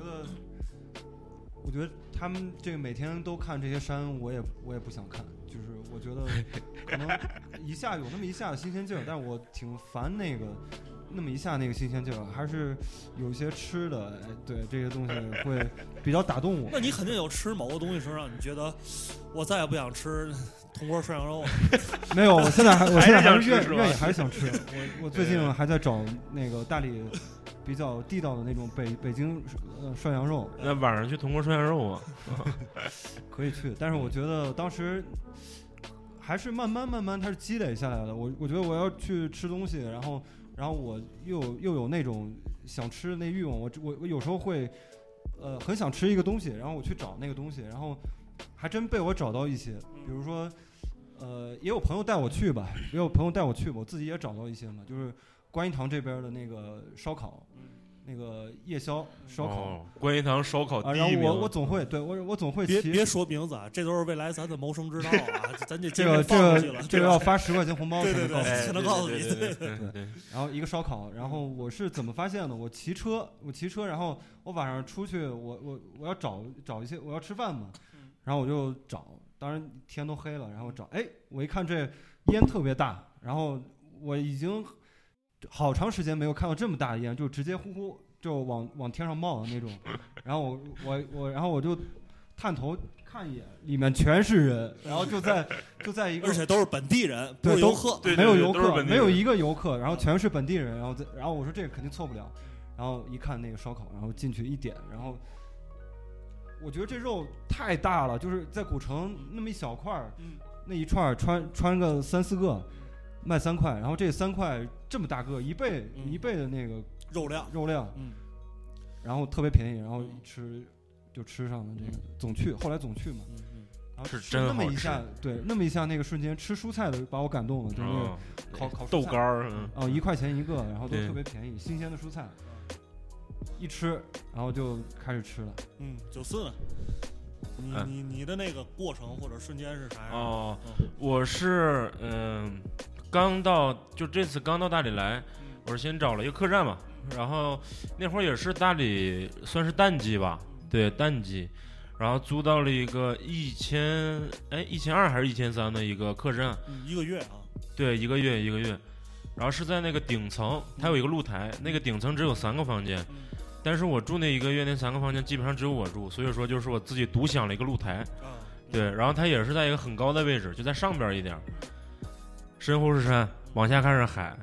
我觉得他们这个每天都看这些山，我也不想看。就是我觉得可能有那么一下的新鲜劲儿，但是我挺烦那么一下那个新鲜劲儿，还是有一些吃的，对这些东西会比较打动我。 那你肯定有吃某个东西时候让你觉得我再也不想吃铜锅涮羊肉。 没有，我现在还是愿意还是想吃。我最近还在找那个大理比较地道的那种北京涮羊肉。 那晚上去铜锅涮羊肉啊？ 可以去，但是我觉得当时还是慢慢它是积累下来的。我觉得我要去吃东西，然后我又有那种想吃的那欲望，我有时候会很想吃一个东西，然后我去找那个东西，然后还真被我找到一些，比如说也有朋友带我去吧，我自己也找到一些嘛，就是观音堂这边的那个烧烤，那个夜宵烧烤， 观音堂烧烤第一名。 然后我总会别说名字啊，这都是未来咱的谋生之道啊，咱这个要发10块钱红包才能告诉你。 对。然后一个烧烤，然后我是怎么发现的？我骑车，然后我晚上出去，我要找一些，我要吃饭嘛，然后我就找，当然天都黑了，然后找，我一看这烟特别大，然后我已经好长时间没有看到这么大的烟，就直接呼呼就往天上冒的那种。然后我就探头看一眼，里面全是人，然后就在一个， 而且都是本地人， 对， 游客， 没有游客，没有一个游客，然后全是本地人，然后我说这个肯定错不了，然后一看那个烧烤，然后进去一点，然后我觉得这肉太大了，就是在古城那么一小块儿，那一串穿个3、4个。卖3块，然后这3块这么大个，一倍的那个肉量，然后特别便宜，然后一吃就吃上了这个后来总去嘛，然后是真那么一下，对，那么一下那个瞬间吃蔬菜的把我感动了，就是那个烤豆干儿 ，1块钱一个，然后都特别便宜，新鲜的蔬菜，一吃然后就开始吃了。 94呢？你的那个过程或者瞬间是啥样？ 我是这次刚到大理来，我是先找了一个客栈嘛，然后那会儿也是大理算是淡季吧，对，淡季，然后租到了一个1200还是1300的一个客栈 ，1个月啊？ 对，一个月，然后是在那个顶层，它有一个露台，那个顶层只有3个房间。但是我住那1个月，那3个房间基本上只有我住，所以说就是我自己独享了一个露台，对，然后它也是在一个很高的位置，就在上边一点，身后是山，往下看是海，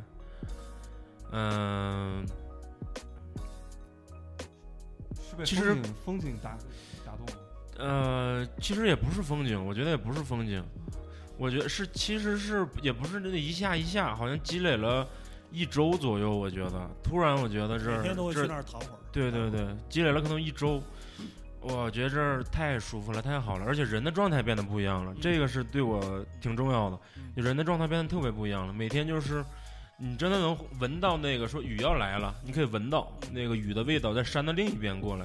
其实风景打动了。其实也不是风景，我觉得也不是风景，我觉得其实是也不是那一下，好像积累了 1周左右，我觉得突然我觉得这儿每天都会去那儿躺会儿。 对对对，积累了可能1周，我觉得这儿太舒服了，太好了，而且人的状态变得不一样了，这个是对我挺重要的。人的状态变得特别不一样了，每天就是你真的能闻到那个说雨要来了，你可以闻到那个雨的味道在山的另一边过来。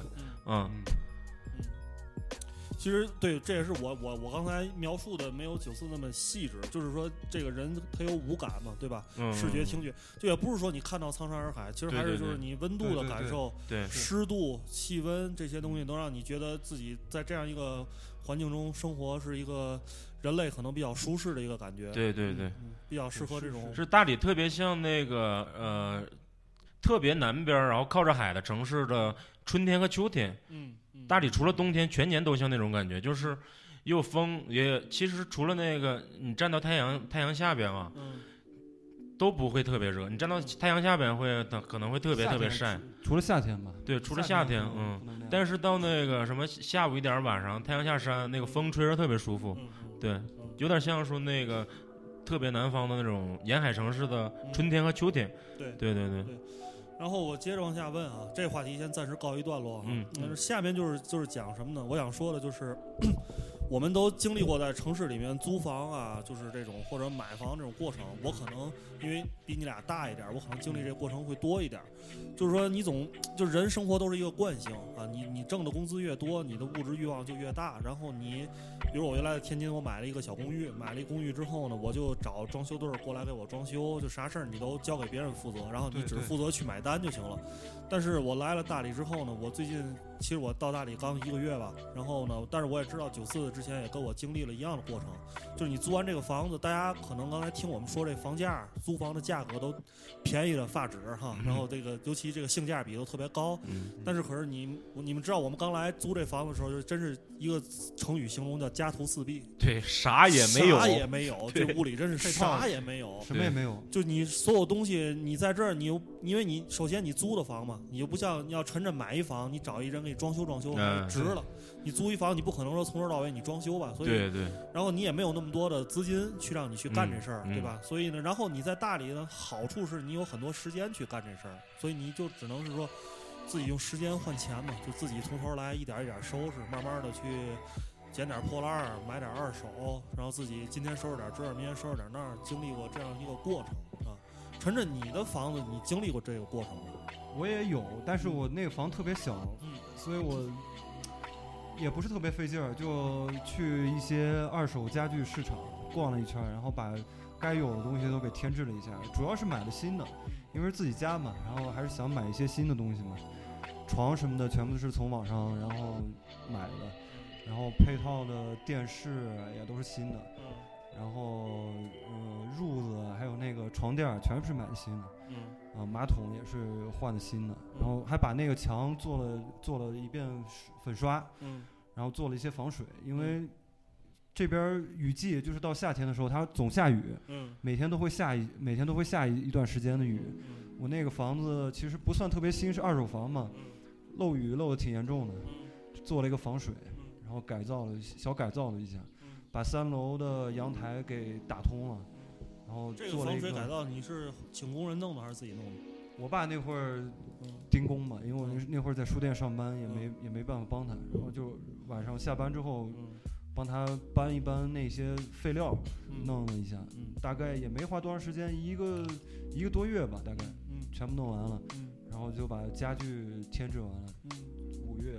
其实对，这也是我刚才描述的没有94那么细致，就是说这个人他有五感嘛，对吧？视觉、听觉，就也不是说你看到苍山洱海，其实还是就是你温度的感受、湿度、气温这些东西，能让你觉得自己在这样一个环境中生活是一个人类可能比较舒适的一个感觉。 对对对， 比较适合这种。 是大理特别像那个特别南边然后靠着海的城市的春天和秋天。大理除了冬天，全年都像那种感觉，就是也有风，也其实除了那个你站到太阳下边啊，都不会特别热。你站到太阳下边可能会特别晒， 除了夏天吧。 对，除了夏天，但是到那个什么下午1点晚上，太阳下山，那个风吹着特别舒服，对，有点像说那个特别南方的那种沿海城市的春天和秋天。对。 然后我接着往下问啊，这个话题先暂时告一段落哈。下面就是讲什么呢？我想说的就是我们都经历过在城市里面租房啊，就是这种或者买房这种过程。我可能因为比你俩大一点，我可能经历这个过程会多一点。就是说你就人生活都是一个惯性啊，你挣的工资越多，你的物质欲望就越大。然后比如我原来在天津，我买了一个小公寓，买了一公寓之后呢，我就找装修队过来给我装修，就啥事儿你都交给别人负责，然后你只负责去买单就行了。但是我来了大理之后呢，我最近其实我到大理刚1个月吧，然后呢，但是我也知道94之前也跟我经历了一样的过程，就是你租完这个房子，大家可能刚才听我们说这房价，租房的价格都便宜的发指哈，然后这个尤其这个性价比都特别高，但是可是你们知道我们刚来租这房子的时候，就真是一个成语形容叫家徒四壁， 对，啥也没有， 这屋里真是啥也没有， 什么也没有， 就你所有东西你在这儿，因为你首先你租的房嘛，你又不像你要趁着买一房，你找一人给你装修值了。你租一房，你不可能说从头到尾你装修吧，所以对， 然后你也没有那么多的资金去让你去干这事儿，对吧？所以呢，然后你在大理呢，好处是你有很多时间去干这事儿，所以你就只能是说自己用时间换钱嘛，就自己从头来一点一点收拾，慢慢的去捡点破烂儿，买点二手，然后自己今天收拾点这儿，明天收拾点那儿，经历过这样一个过程啊。陈震，你的房子你经历过这个过程吗？ 我也有，但是我那个房特别小，所以我也不是特别费劲儿，就去一些二手家具市场逛了一圈，然后把该有的东西都给添置了一下，主要是买了新的，因为是自己家嘛，然后还是想买一些新的东西嘛，床什么的全部是从网上然后买的，然后配套的电视也都是新的，然后褥子还有那个床垫全是买的新的，马桶也是换的新的，然后还把那个墙做了一遍粉刷，然后做了一些防水，因为这边雨季就是到夏天的时候它总下雨，每天都会下一段时间的雨，我那个房子其实不算特别新，是二手房嘛，漏雨漏得挺严重的，做了一个防水，然后小改造了一下，把3楼的阳台给打通了，然后这个防水改造你是请工人弄的还是自己弄的？ 我爸那会儿盯工嘛，因为我那会儿在书店上班，也没办法帮他，然后就晚上下班之后帮他搬一搬那些废料，弄了一下，大概也没花多长时间，一个多月吧，大概全部弄完了，然后就把家具添置完了，5月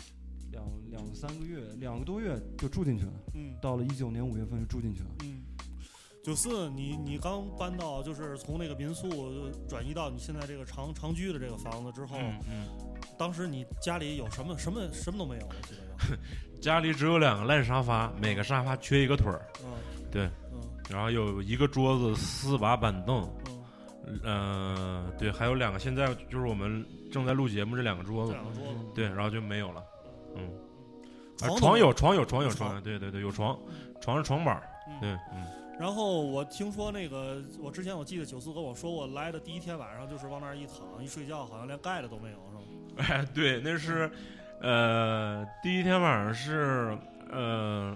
2个多月就住进去了，到了19年5月份就住进去了。 94，你刚搬到就是从那个民宿转移到你现在这个长居的这个房子之后，当时你家里有什么都没有了，基本上。 家里只有2个烂沙发，每个沙发缺一个腿儿，对，然后有一个桌子，4把板凳，对，还有2个，现在就是我们正在录节目这2个桌子，对，然后就没有了，床有，对，有床是床板，对， 然后我听说那个，我之前我记得94跟我说过，来的第一天晚上就是往那儿一躺一睡觉，好像连盖的都没有，是吗？ 哎，对，那是第一天晚上是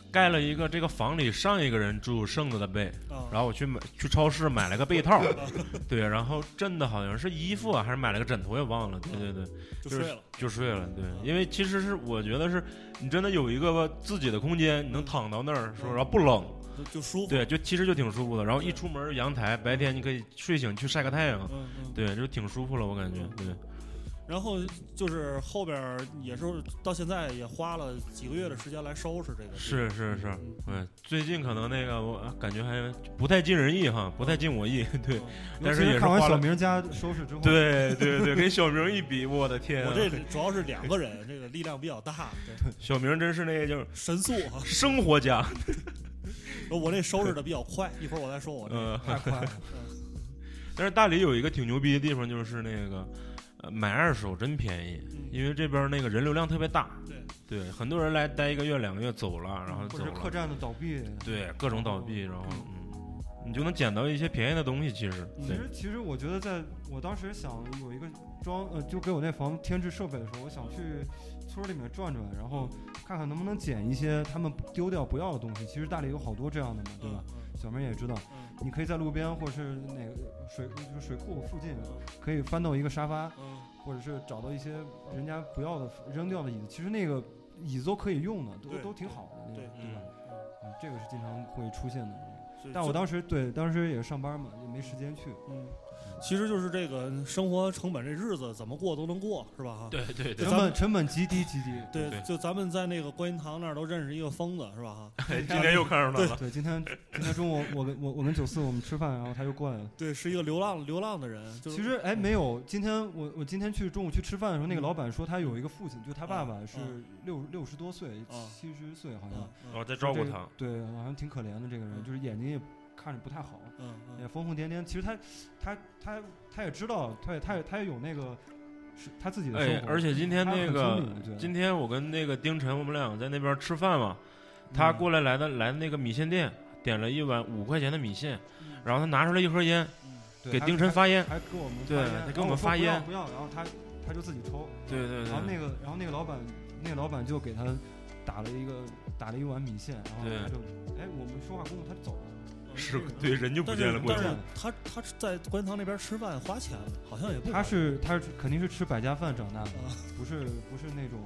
盖了一个这个房里上一个人住剩的被，然后我去超市买了个被套，对，然后真的好像是衣服啊，还是买了个枕头也忘了，对，就睡了，对，因为其实是我觉得是你真的有一个自己的空间，你能躺到那儿，然后不冷。 就舒服， 对，其实就挺舒服的。然后一出门阳台，白天你可以睡醒去晒个太阳，对，就挺舒服了，我感觉，对。 然后就是后边也是到现在也花了几个月的时间来收拾这个。 是，最近可能那个我感觉还不太尽人意哈，不太尽我意，对。但是也是看完小明家收拾之后， 对，跟小明一比，我的天， 我这主要是2个人，这个力量比较大。对， 小明真是那个就是神速哈， 生活家。 我这收拾的比较快，一会儿我再说我这太快了。 但是大理有一个挺牛逼的地方，就是那个买二手真便宜，因为这边那个人流量特别大，对，很多人来待1个月2个月走了，然后走了， 或者客栈的倒闭， 对，各种倒闭，然后你就能捡到一些便宜的东西。 其实我觉得我当时想有一个就给我那房添置设备的时候，我想去村里面转转，然后看看能不能捡一些他们丢掉不要的东西。其实大理有好多这样的嘛，对吧？小明也知道，你可以在路边或者是哪个水库附近，可以翻到一个沙发，或者是找到一些人家不要的扔掉的椅子。其实那个椅子都可以用的，都挺好的，对吧？这个是经常会出现的。但我当时也上班嘛，也没时间去。 其实就是这个生活成本，这日子怎么过都能过，是吧？哈， 对， 成本极低。 对，就咱们在那个观音堂那儿都认识一个疯子，是吧？哈， 今天又看上他了。 对，今天中午我跟94我们吃饭，然后他又过来了。 对，是一个流浪的人。 其实没有，今天我今天中午去吃饭的时候，那个老板说他有一个父亲，就他爸爸是60多岁，70岁好像。 在照顾他。 对，好像挺可怜的这个人，就是眼睛也看着不太好，也疯疯癫癫。其实他也知道，他也有那个是他自己的生活。 而且今天我跟那个丁晨，我们俩在那边吃饭嘛，他过来的那个米线店，点了一碗5块钱的米线，然后他拿出来一盒烟，给丁晨发烟， 还给我们对，他给我们发烟， 不要，然后他就自己抽， 对。 然后那个老板就给他打了一碗米线，然后他就我们说话功夫他就走了。 是对，人就不见了。 但是他在观音堂那边吃饭花钱了，好像也不。 他肯定是吃百家饭长大的，不是那种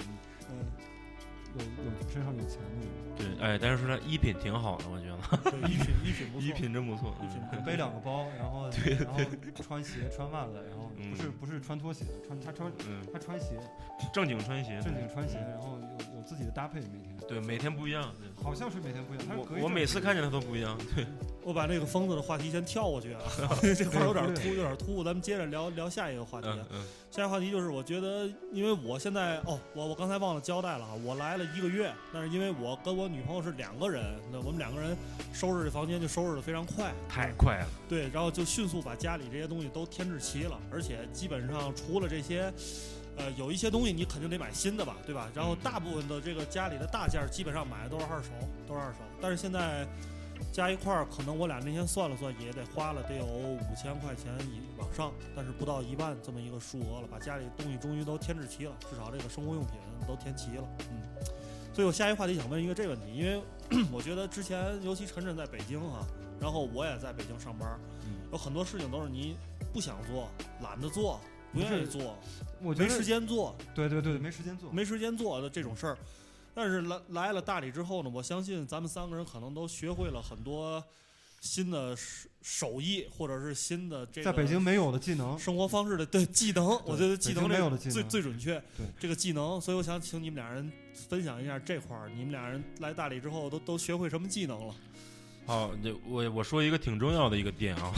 有身上有钱的人。 对，但是说他衣品挺好的，我觉得。 对，衣品不错， 衣品真不错。 背2个包，然后穿鞋穿袜子，然后不是穿拖鞋，他穿鞋， 正经穿鞋， 然后有自己的搭配，每天。 对，每天不一样。 好像是每天不一样。 我每次看见他都不一样。对， 我把那个疯子的话题先跳过去啊，这块有点突，咱们接着聊下一个话题。下一个话题就是我觉得，因为我现在我刚才忘了交代了啊，我来了1个月，但是因为我跟我女朋友是2个人，那我们2个人收拾这房间就收拾得非常快， 太快了。 对，然后就迅速把家里这些东西都添置齐了，而且基本上除了这些。有一些东西你肯定得买新的吧，对吧？然后大部分的这个家里的大件基本上买的都是二手。但是现在加一块儿，可能我俩那天算了算，也得花了得有5000块钱往上，但是不到1万这么一个数额了，把家里东西终于都添置齐了，至少这个生活用品都填齐了。所以我下一个话题想问一个这个问题，因为我觉得之前尤其晨晨在北京啊，然后我也在北京上班，有很多事情都是你不想做、懒得做、不愿意做， 我觉得没时间做。对，没时间做的这种事儿。但是来了大理之后呢，我相信咱们3个人可能都学会了很多新的手艺，或者是新的这个在北京没有的技能， 生活方式的技能。我觉得技能最准确， 对这个技能。所以我想请你们俩人分享一下这块儿，你们俩人来大理之后都学会什么技能了？ 好，我说一个挺重要的一个点啊，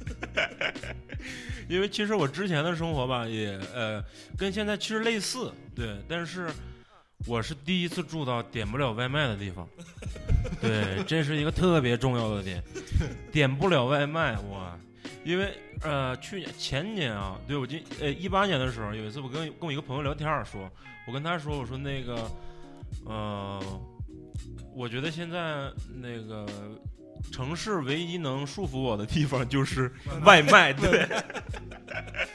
因为其实我之前的生活吧，也跟现在其实类似，对，但是我是第一次住到点不了外卖的地方，对，这是一个特别重要的点，点不了外卖哇，因为前年啊，对我18年的时候，有一次我跟我一个朋友聊天我跟他说，我说那个我觉得现在那个城市唯一能束缚我的地方就是外卖，对。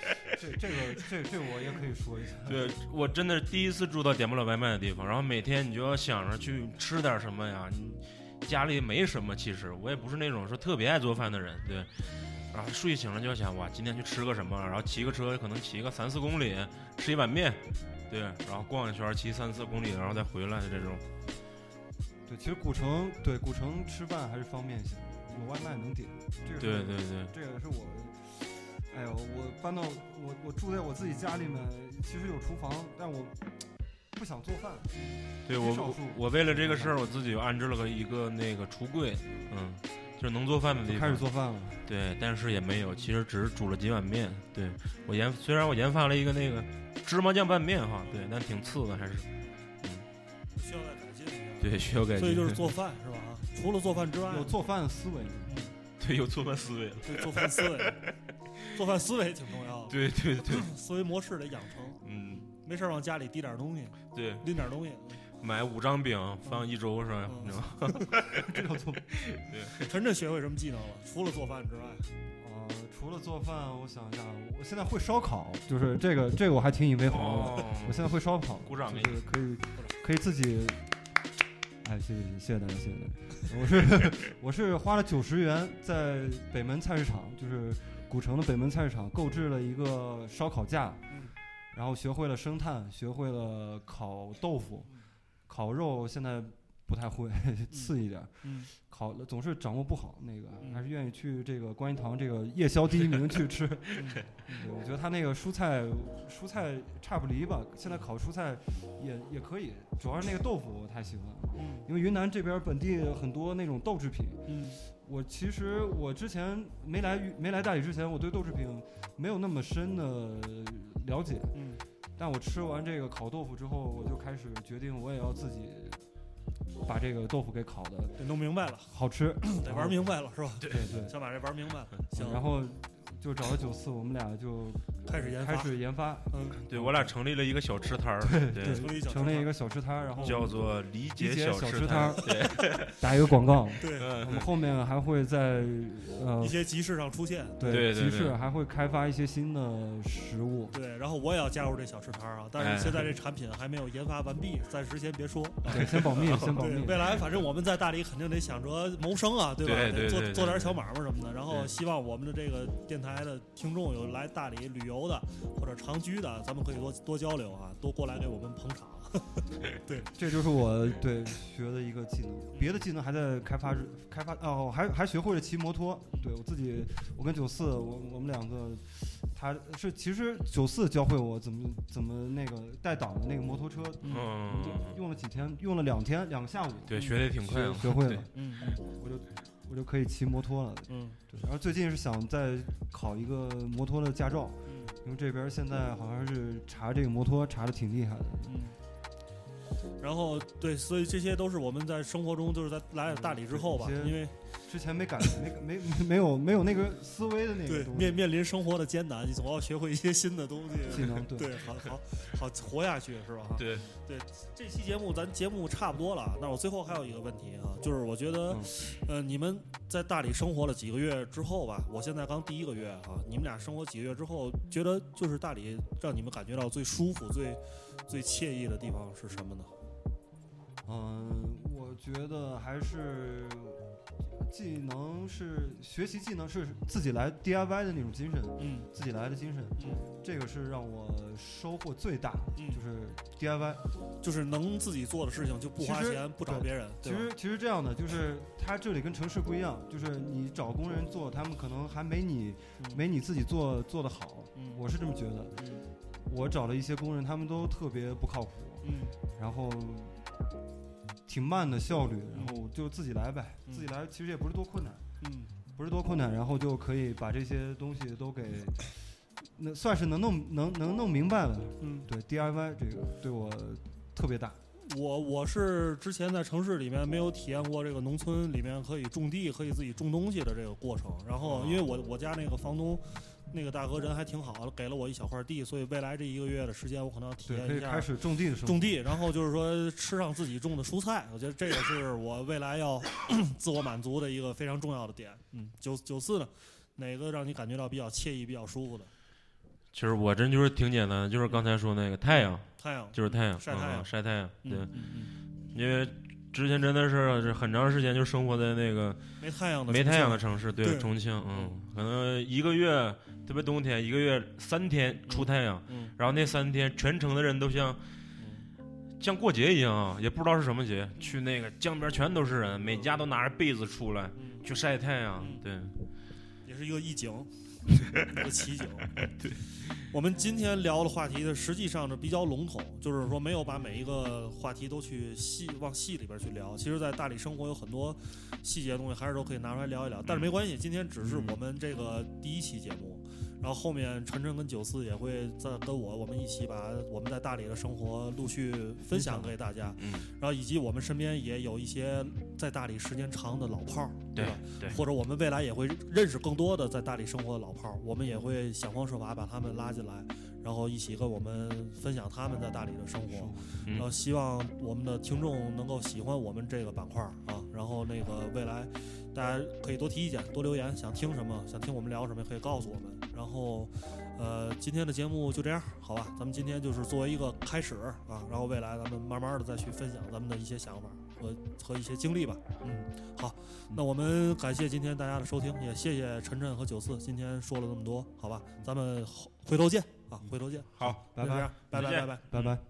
这我也可以说一下。 对，我真的是第一次住到点不了外卖的地方，然后每天你就要想着去吃点什么呀，你家里没什么，其实我也不是那种说特别爱做饭的人，对。然后睡醒了就要想，哇，今天去吃个什么，然后骑个车可能骑个3-4公里，吃一碗面，对，然后逛一圈骑3-4公里，然后再回来的这种。 对，其实古城吃饭还是方便一些，有外卖能点。这个对， 这个是我，哎呦，我搬到我住在我自己家里面，其实有厨房，但我不想做饭。 对，我为了这个事儿，我自己安置了一个那个橱柜，就是能做饭的地方， 开始做饭了。 对，但是也没有，其实只是煮了几碗面。对，虽然我研发了一个那个芝麻酱拌面哈，对，但挺次的还是， 需要再改进一下。 对，需要改进。 所以就是做饭是吧？除了做饭之外， 有做饭的思维。 对，有做饭思维。 对，做饭思维，做饭思维挺重要的。 对， 思维模式得养成。没事往家里递点东西， 对， 拎点东西。 买5张饼放1周是吧？你知道吗？ 这叫做。 对，真正学会什么技能了？除了做饭之外， 除了做饭，我想一下，我现在会烧烤，就是这个我还挺以为豪的。我现在会烧烤， 鼓掌， 就是可以自己。哎，谢谢大家，谢谢大家。我是花了90元在北门菜市场，就是古城的北门菜市场购置了一个烧烤架，然后学会了生炭，学会了烤豆腐。烤肉现在不太会，次一点。烤总是掌握不好，那个还是愿意去这个观音堂这个夜宵第1名去吃。我觉得他那个蔬菜差不离吧，现在烤蔬菜也可以，主要是那个豆腐我太喜欢了。因为云南这边本地很多那种豆制品。其实我之前没来大理之前，我对豆制品没有那么深的了解。但我吃完这个烤豆腐之后，我就开始决定我也要自己把这个豆腐给烤的得弄明白了， 好吃， 得玩明白了是吧？ 对， 想把这玩明白了。行， 然后就找了94，我们俩就开始研发。 对，我俩成立了一个小吃摊儿， 对，成立一个小吃摊儿，然后叫做理解小吃摊儿， 对， 打一个广告。 对， 我们后面还会在一些集市上出现。 对，集市还会开发一些新的食物。 对，然后我也要加入这小吃摊儿啊，但是现在这产品还没有研发完毕，暂时先别说。 对，先保密，先保密。 未来反正我们在大理肯定得想着谋生啊，对吧？ 对， 做点小买卖什么的。然后希望我们的这个电台的听众有来大理旅游的或者长居的，咱们可以多交流啊，多过来给我们捧场。对， 这就是我学的一个技能，别的技能还在开发哦，还学会了骑摩托。对，我跟94，我们两个，其实94教会我怎么那个带档的那个摩托车。用了几天，用了2天2个下午。 对，学得也挺快， 学会了。我就可以骑摩托了。对。然后最近是想再考一个摩托的驾照。因为这边现在好像是查这个摩托查的挺厉害的。 然后对，所以这些都是我们在生活中，就是在来了大理之后吧，因为之前没有那个思维的那个东西。 对，面临生活的艰难，你总要学会一些新的东西， 技能。 对，好活下去是吧？ 对， 这期咱节目差不多了，那我最后还有一个问题啊，就是我觉得，你们在大理生活了几个月之后吧，我现在刚第1个月啊，你们俩生活几个月之后，觉得就是大理让你们感觉到最舒服、最惬意的地方是什么呢？ 我觉得还是学习技能是自己来 DIY 的那种精神，自己来的精神，这个是让我收获最大，就是 DIY， 就是能自己做的事情就不花钱不找别人。 其实这样的，就是它这里跟城市不一样，就是你找工人做，他们可能还没你自己做的好，我是这么觉得。我找了一些工人，他们都特别不靠谱，然后挺慢的效率，然后就自己来呗，自己来其实也不是多困难，不是多困难，然后就可以把这些东西都给，那算是能弄明白了。对 DIY 这个对我特别大。 我是之前在城市里面没有体验过这个农村里面可以种地、可以自己种东西的这个过程。然后因为我家那个房东那个大哥人还挺好的，给了我一小块地，所以未来这1个月的时间我可能要体验一下， 可以开始种地的时候。 种地，然后就是说吃上自己种的蔬菜，我觉得这个是我未来要自我满足的一个非常重要的点。94呢，哪个让你感觉到比较惬意、比较舒服的？ 其实我真就是挺简单的，就是刚才说那个太阳就是太阳， 晒太阳， 晒太阳，对，因为之前真的是很长时间就生活在那个没太阳的城市，对，重庆，可能一个月，特别冬天，一个月3天出太阳，然后那3天全城的人都像过节一样啊，也不知道是什么节，去那个江边全都是人，每家都拿着被子出来去晒太阳，对， 也是一个意境。一个奇景。 对， 我们今天聊的话题呢，实际上是比较笼统，就是说没有把每一个话题都去往细里边去聊。其实，在大理生活有很多细节的东西，还是都可以拿出来聊一聊。但是没关系，今天只是我们这个第1期节目。然后后面晨晨跟94也会再跟我们一起把我们在大理的生活陆续分享给大家，然后以及我们身边也有一些在大理时间长的老炮儿，对吧？对，或者我们未来也会认识更多的在大理生活的老炮儿，我们也会想方设法把他们拉进来，然后一起跟我们分享他们在大理的生活。然后希望我们的听众能够喜欢我们这个板块啊，然后那个未来大家可以多提意见，多留言，想听什么，想听我们聊什么，可以告诉我们。然后，今天的节目就这样，好吧？咱们今天就是作为一个开始啊，然后未来咱们慢慢的再去分享咱们的一些想法和一些经历吧。好，那我们感谢今天大家的收听，也谢谢晨晨和94今天说了这么多，好吧？咱们回头见啊，回头见。 好， 拜拜，拜拜，拜拜， 拜拜。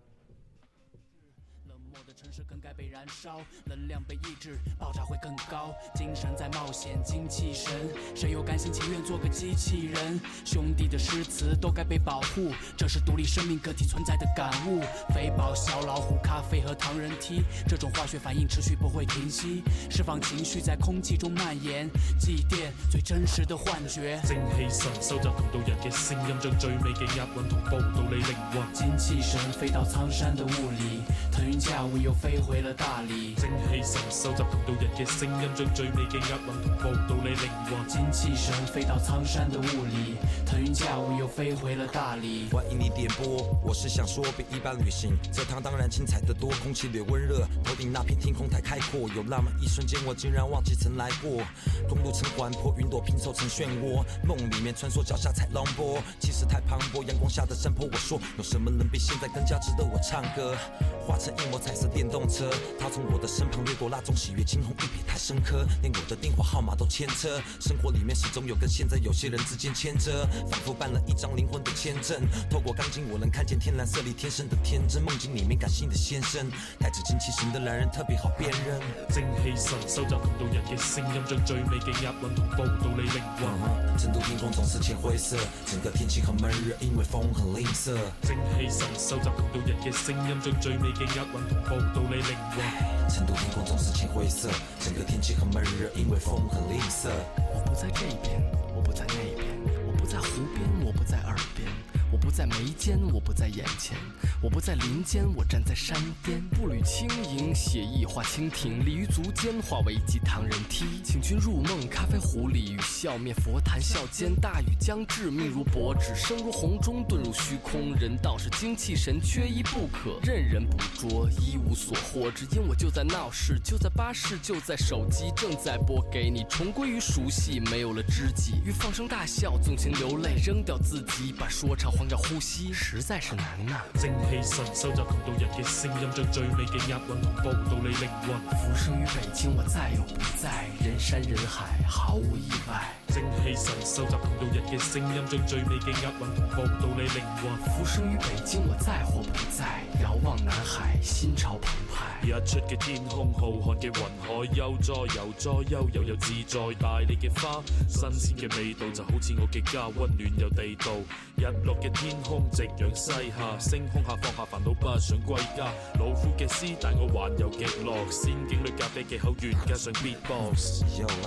城市更该被燃烧，能量被抑制，爆炸会更高。精神在冒险，精气神，谁又甘心情愿做个机器人？兄弟的诗词都该被保护，这是独立生命个体存在的感悟。肥宝、小老虎、咖啡和糖人梯，这种化学反应持续不会停息，释放情绪在空气中蔓延，祭奠最真实的幻觉。 精氣神收集同道人嘅聲音，將最美嘅押韻同步到你靈魂。 精氣神飛到蒼山的霧裡，騰雲駕霧又飛回了大理。 精氣神收集同道人嘅聲音，將最美嘅押韻同步到你靈魂。 精氣神飛到蒼山的霧裡，騰雲駕霧又飛回了大理。 歡迎你點播，我是想說比一般旅行，這趟當然精彩得多，空氣略溫熱，頭頂那片天空太開闊，有那麼一瞬間我竟然忘記曾來過。公路成環坡，雲朵拼湊成漩渦，夢裡面穿梭，腳下踩浪波，氣勢太磅礴，陽光下的山坡，我說有什麼能比現在更加值得我唱歌？化成一抹彩色電動車，它從我的身旁掠過，那種喜悅驚鴻一瞥太深刻，連我的電話號碼都牽車。生活裡面始終有跟現在有些人之間牽着，仿佛辦了一張靈魂的簽證。透過鋼筋我能看見天藍色裡天生的天真，夢境裡面感性的先生，帶着精氣神的男人特別好辨認。 精氣神收集同道人嘅聲音，將最美嘅押韻同步到你靈魂。 成都天空總是淺灰色，整個天氣很悶熱，因為風很吝嗇。 精氣神收集同道人嘅聲音，將最美嘅押韻同步到你靈魂。 成都天空總是淺灰色，整個天氣很悶熱，因為風很吝嗇。 我不在這邊，我不在那邊，我不在湖邊，我不在耳邊，我不在眉間，我不在眼前，我不在林間，我站在山巔。步履輕盈，寫意畫蜻蜓，立於足間，化為一級唐人梯。請君入夢，咖啡壺裡與笑面佛談笑間，大雨將至，命如薄紙，生如紅鐘，遁入虛空。人道是精氣神，缺一不可，任人捕捉，一無所獲。只因我就在鬧市，就在巴士，就在手機，正在播給你，重歸於熟悉，沒有了知己，欲放聲大笑，縱情流淚，扔掉自己，把說唱換掉呼吸，實在是難吶。 精氣神收集同道人嘅聲音，將最美嘅押韻同步到你靈魂。 浮生於北京，我再又不在，人山人海，毫無意外。 精氣神收集同道人嘅聲音，將最美嘅押韻同步到你靈魂。 浮生於北京，我在或不在，遙望南海，心潮澎湃。 日出嘅天空，浩瀚嘅雲海，悠哉悠哉，悠悠又自在。大理嘅花，新鮮嘅味道，就好似我嘅家，溫暖又地道。日落嘅天空，夕陽西下，星空下放下煩惱，不想歸家。老虎嘅詩，但我環遊極樂，仙境裏咖啡嘅口願，加上 beatbox。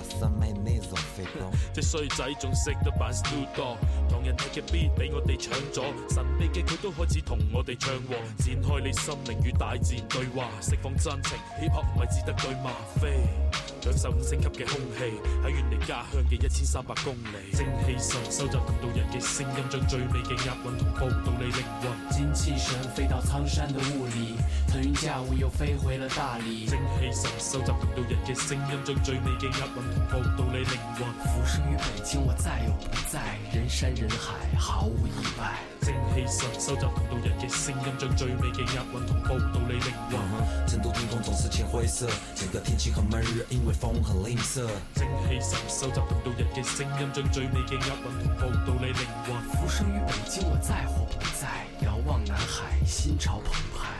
隻衰仔仲識得扮 Snoop Dogg，唐人踢嘅 beat 俾我哋搶咗，神秘嘅佢都開始同我哋唱和，展開你心靈與大自然對話，釋放真情。Hip Hop 唔係只得對嗎啡。 享受5星級嘅空氣，喺遠離家鄉嘅1300公里。精氣神收集同道人嘅聲音，將最美嘅押韻同步到你靈魂。 精氣神飛到蒼山的霧裡，騰雲駕霧又飛回了大理。 精氣神收集同道人嘅聲音，將最美嘅押韻同步到你靈魂。 浮生於北京，我再又不在，人山人海，毫無意外。 精氣神收集同道人嘅聲音，將最美嘅押韻同步到你靈魂。 成都天空總是淺灰色，整個天氣很悶熱，因為風很吝嗇。 精氣神收集同道人嘅聲音，將最美嘅押韻同步到你靈魂。 浮生於北京，我再或不在，遙望南海，心潮澎湃。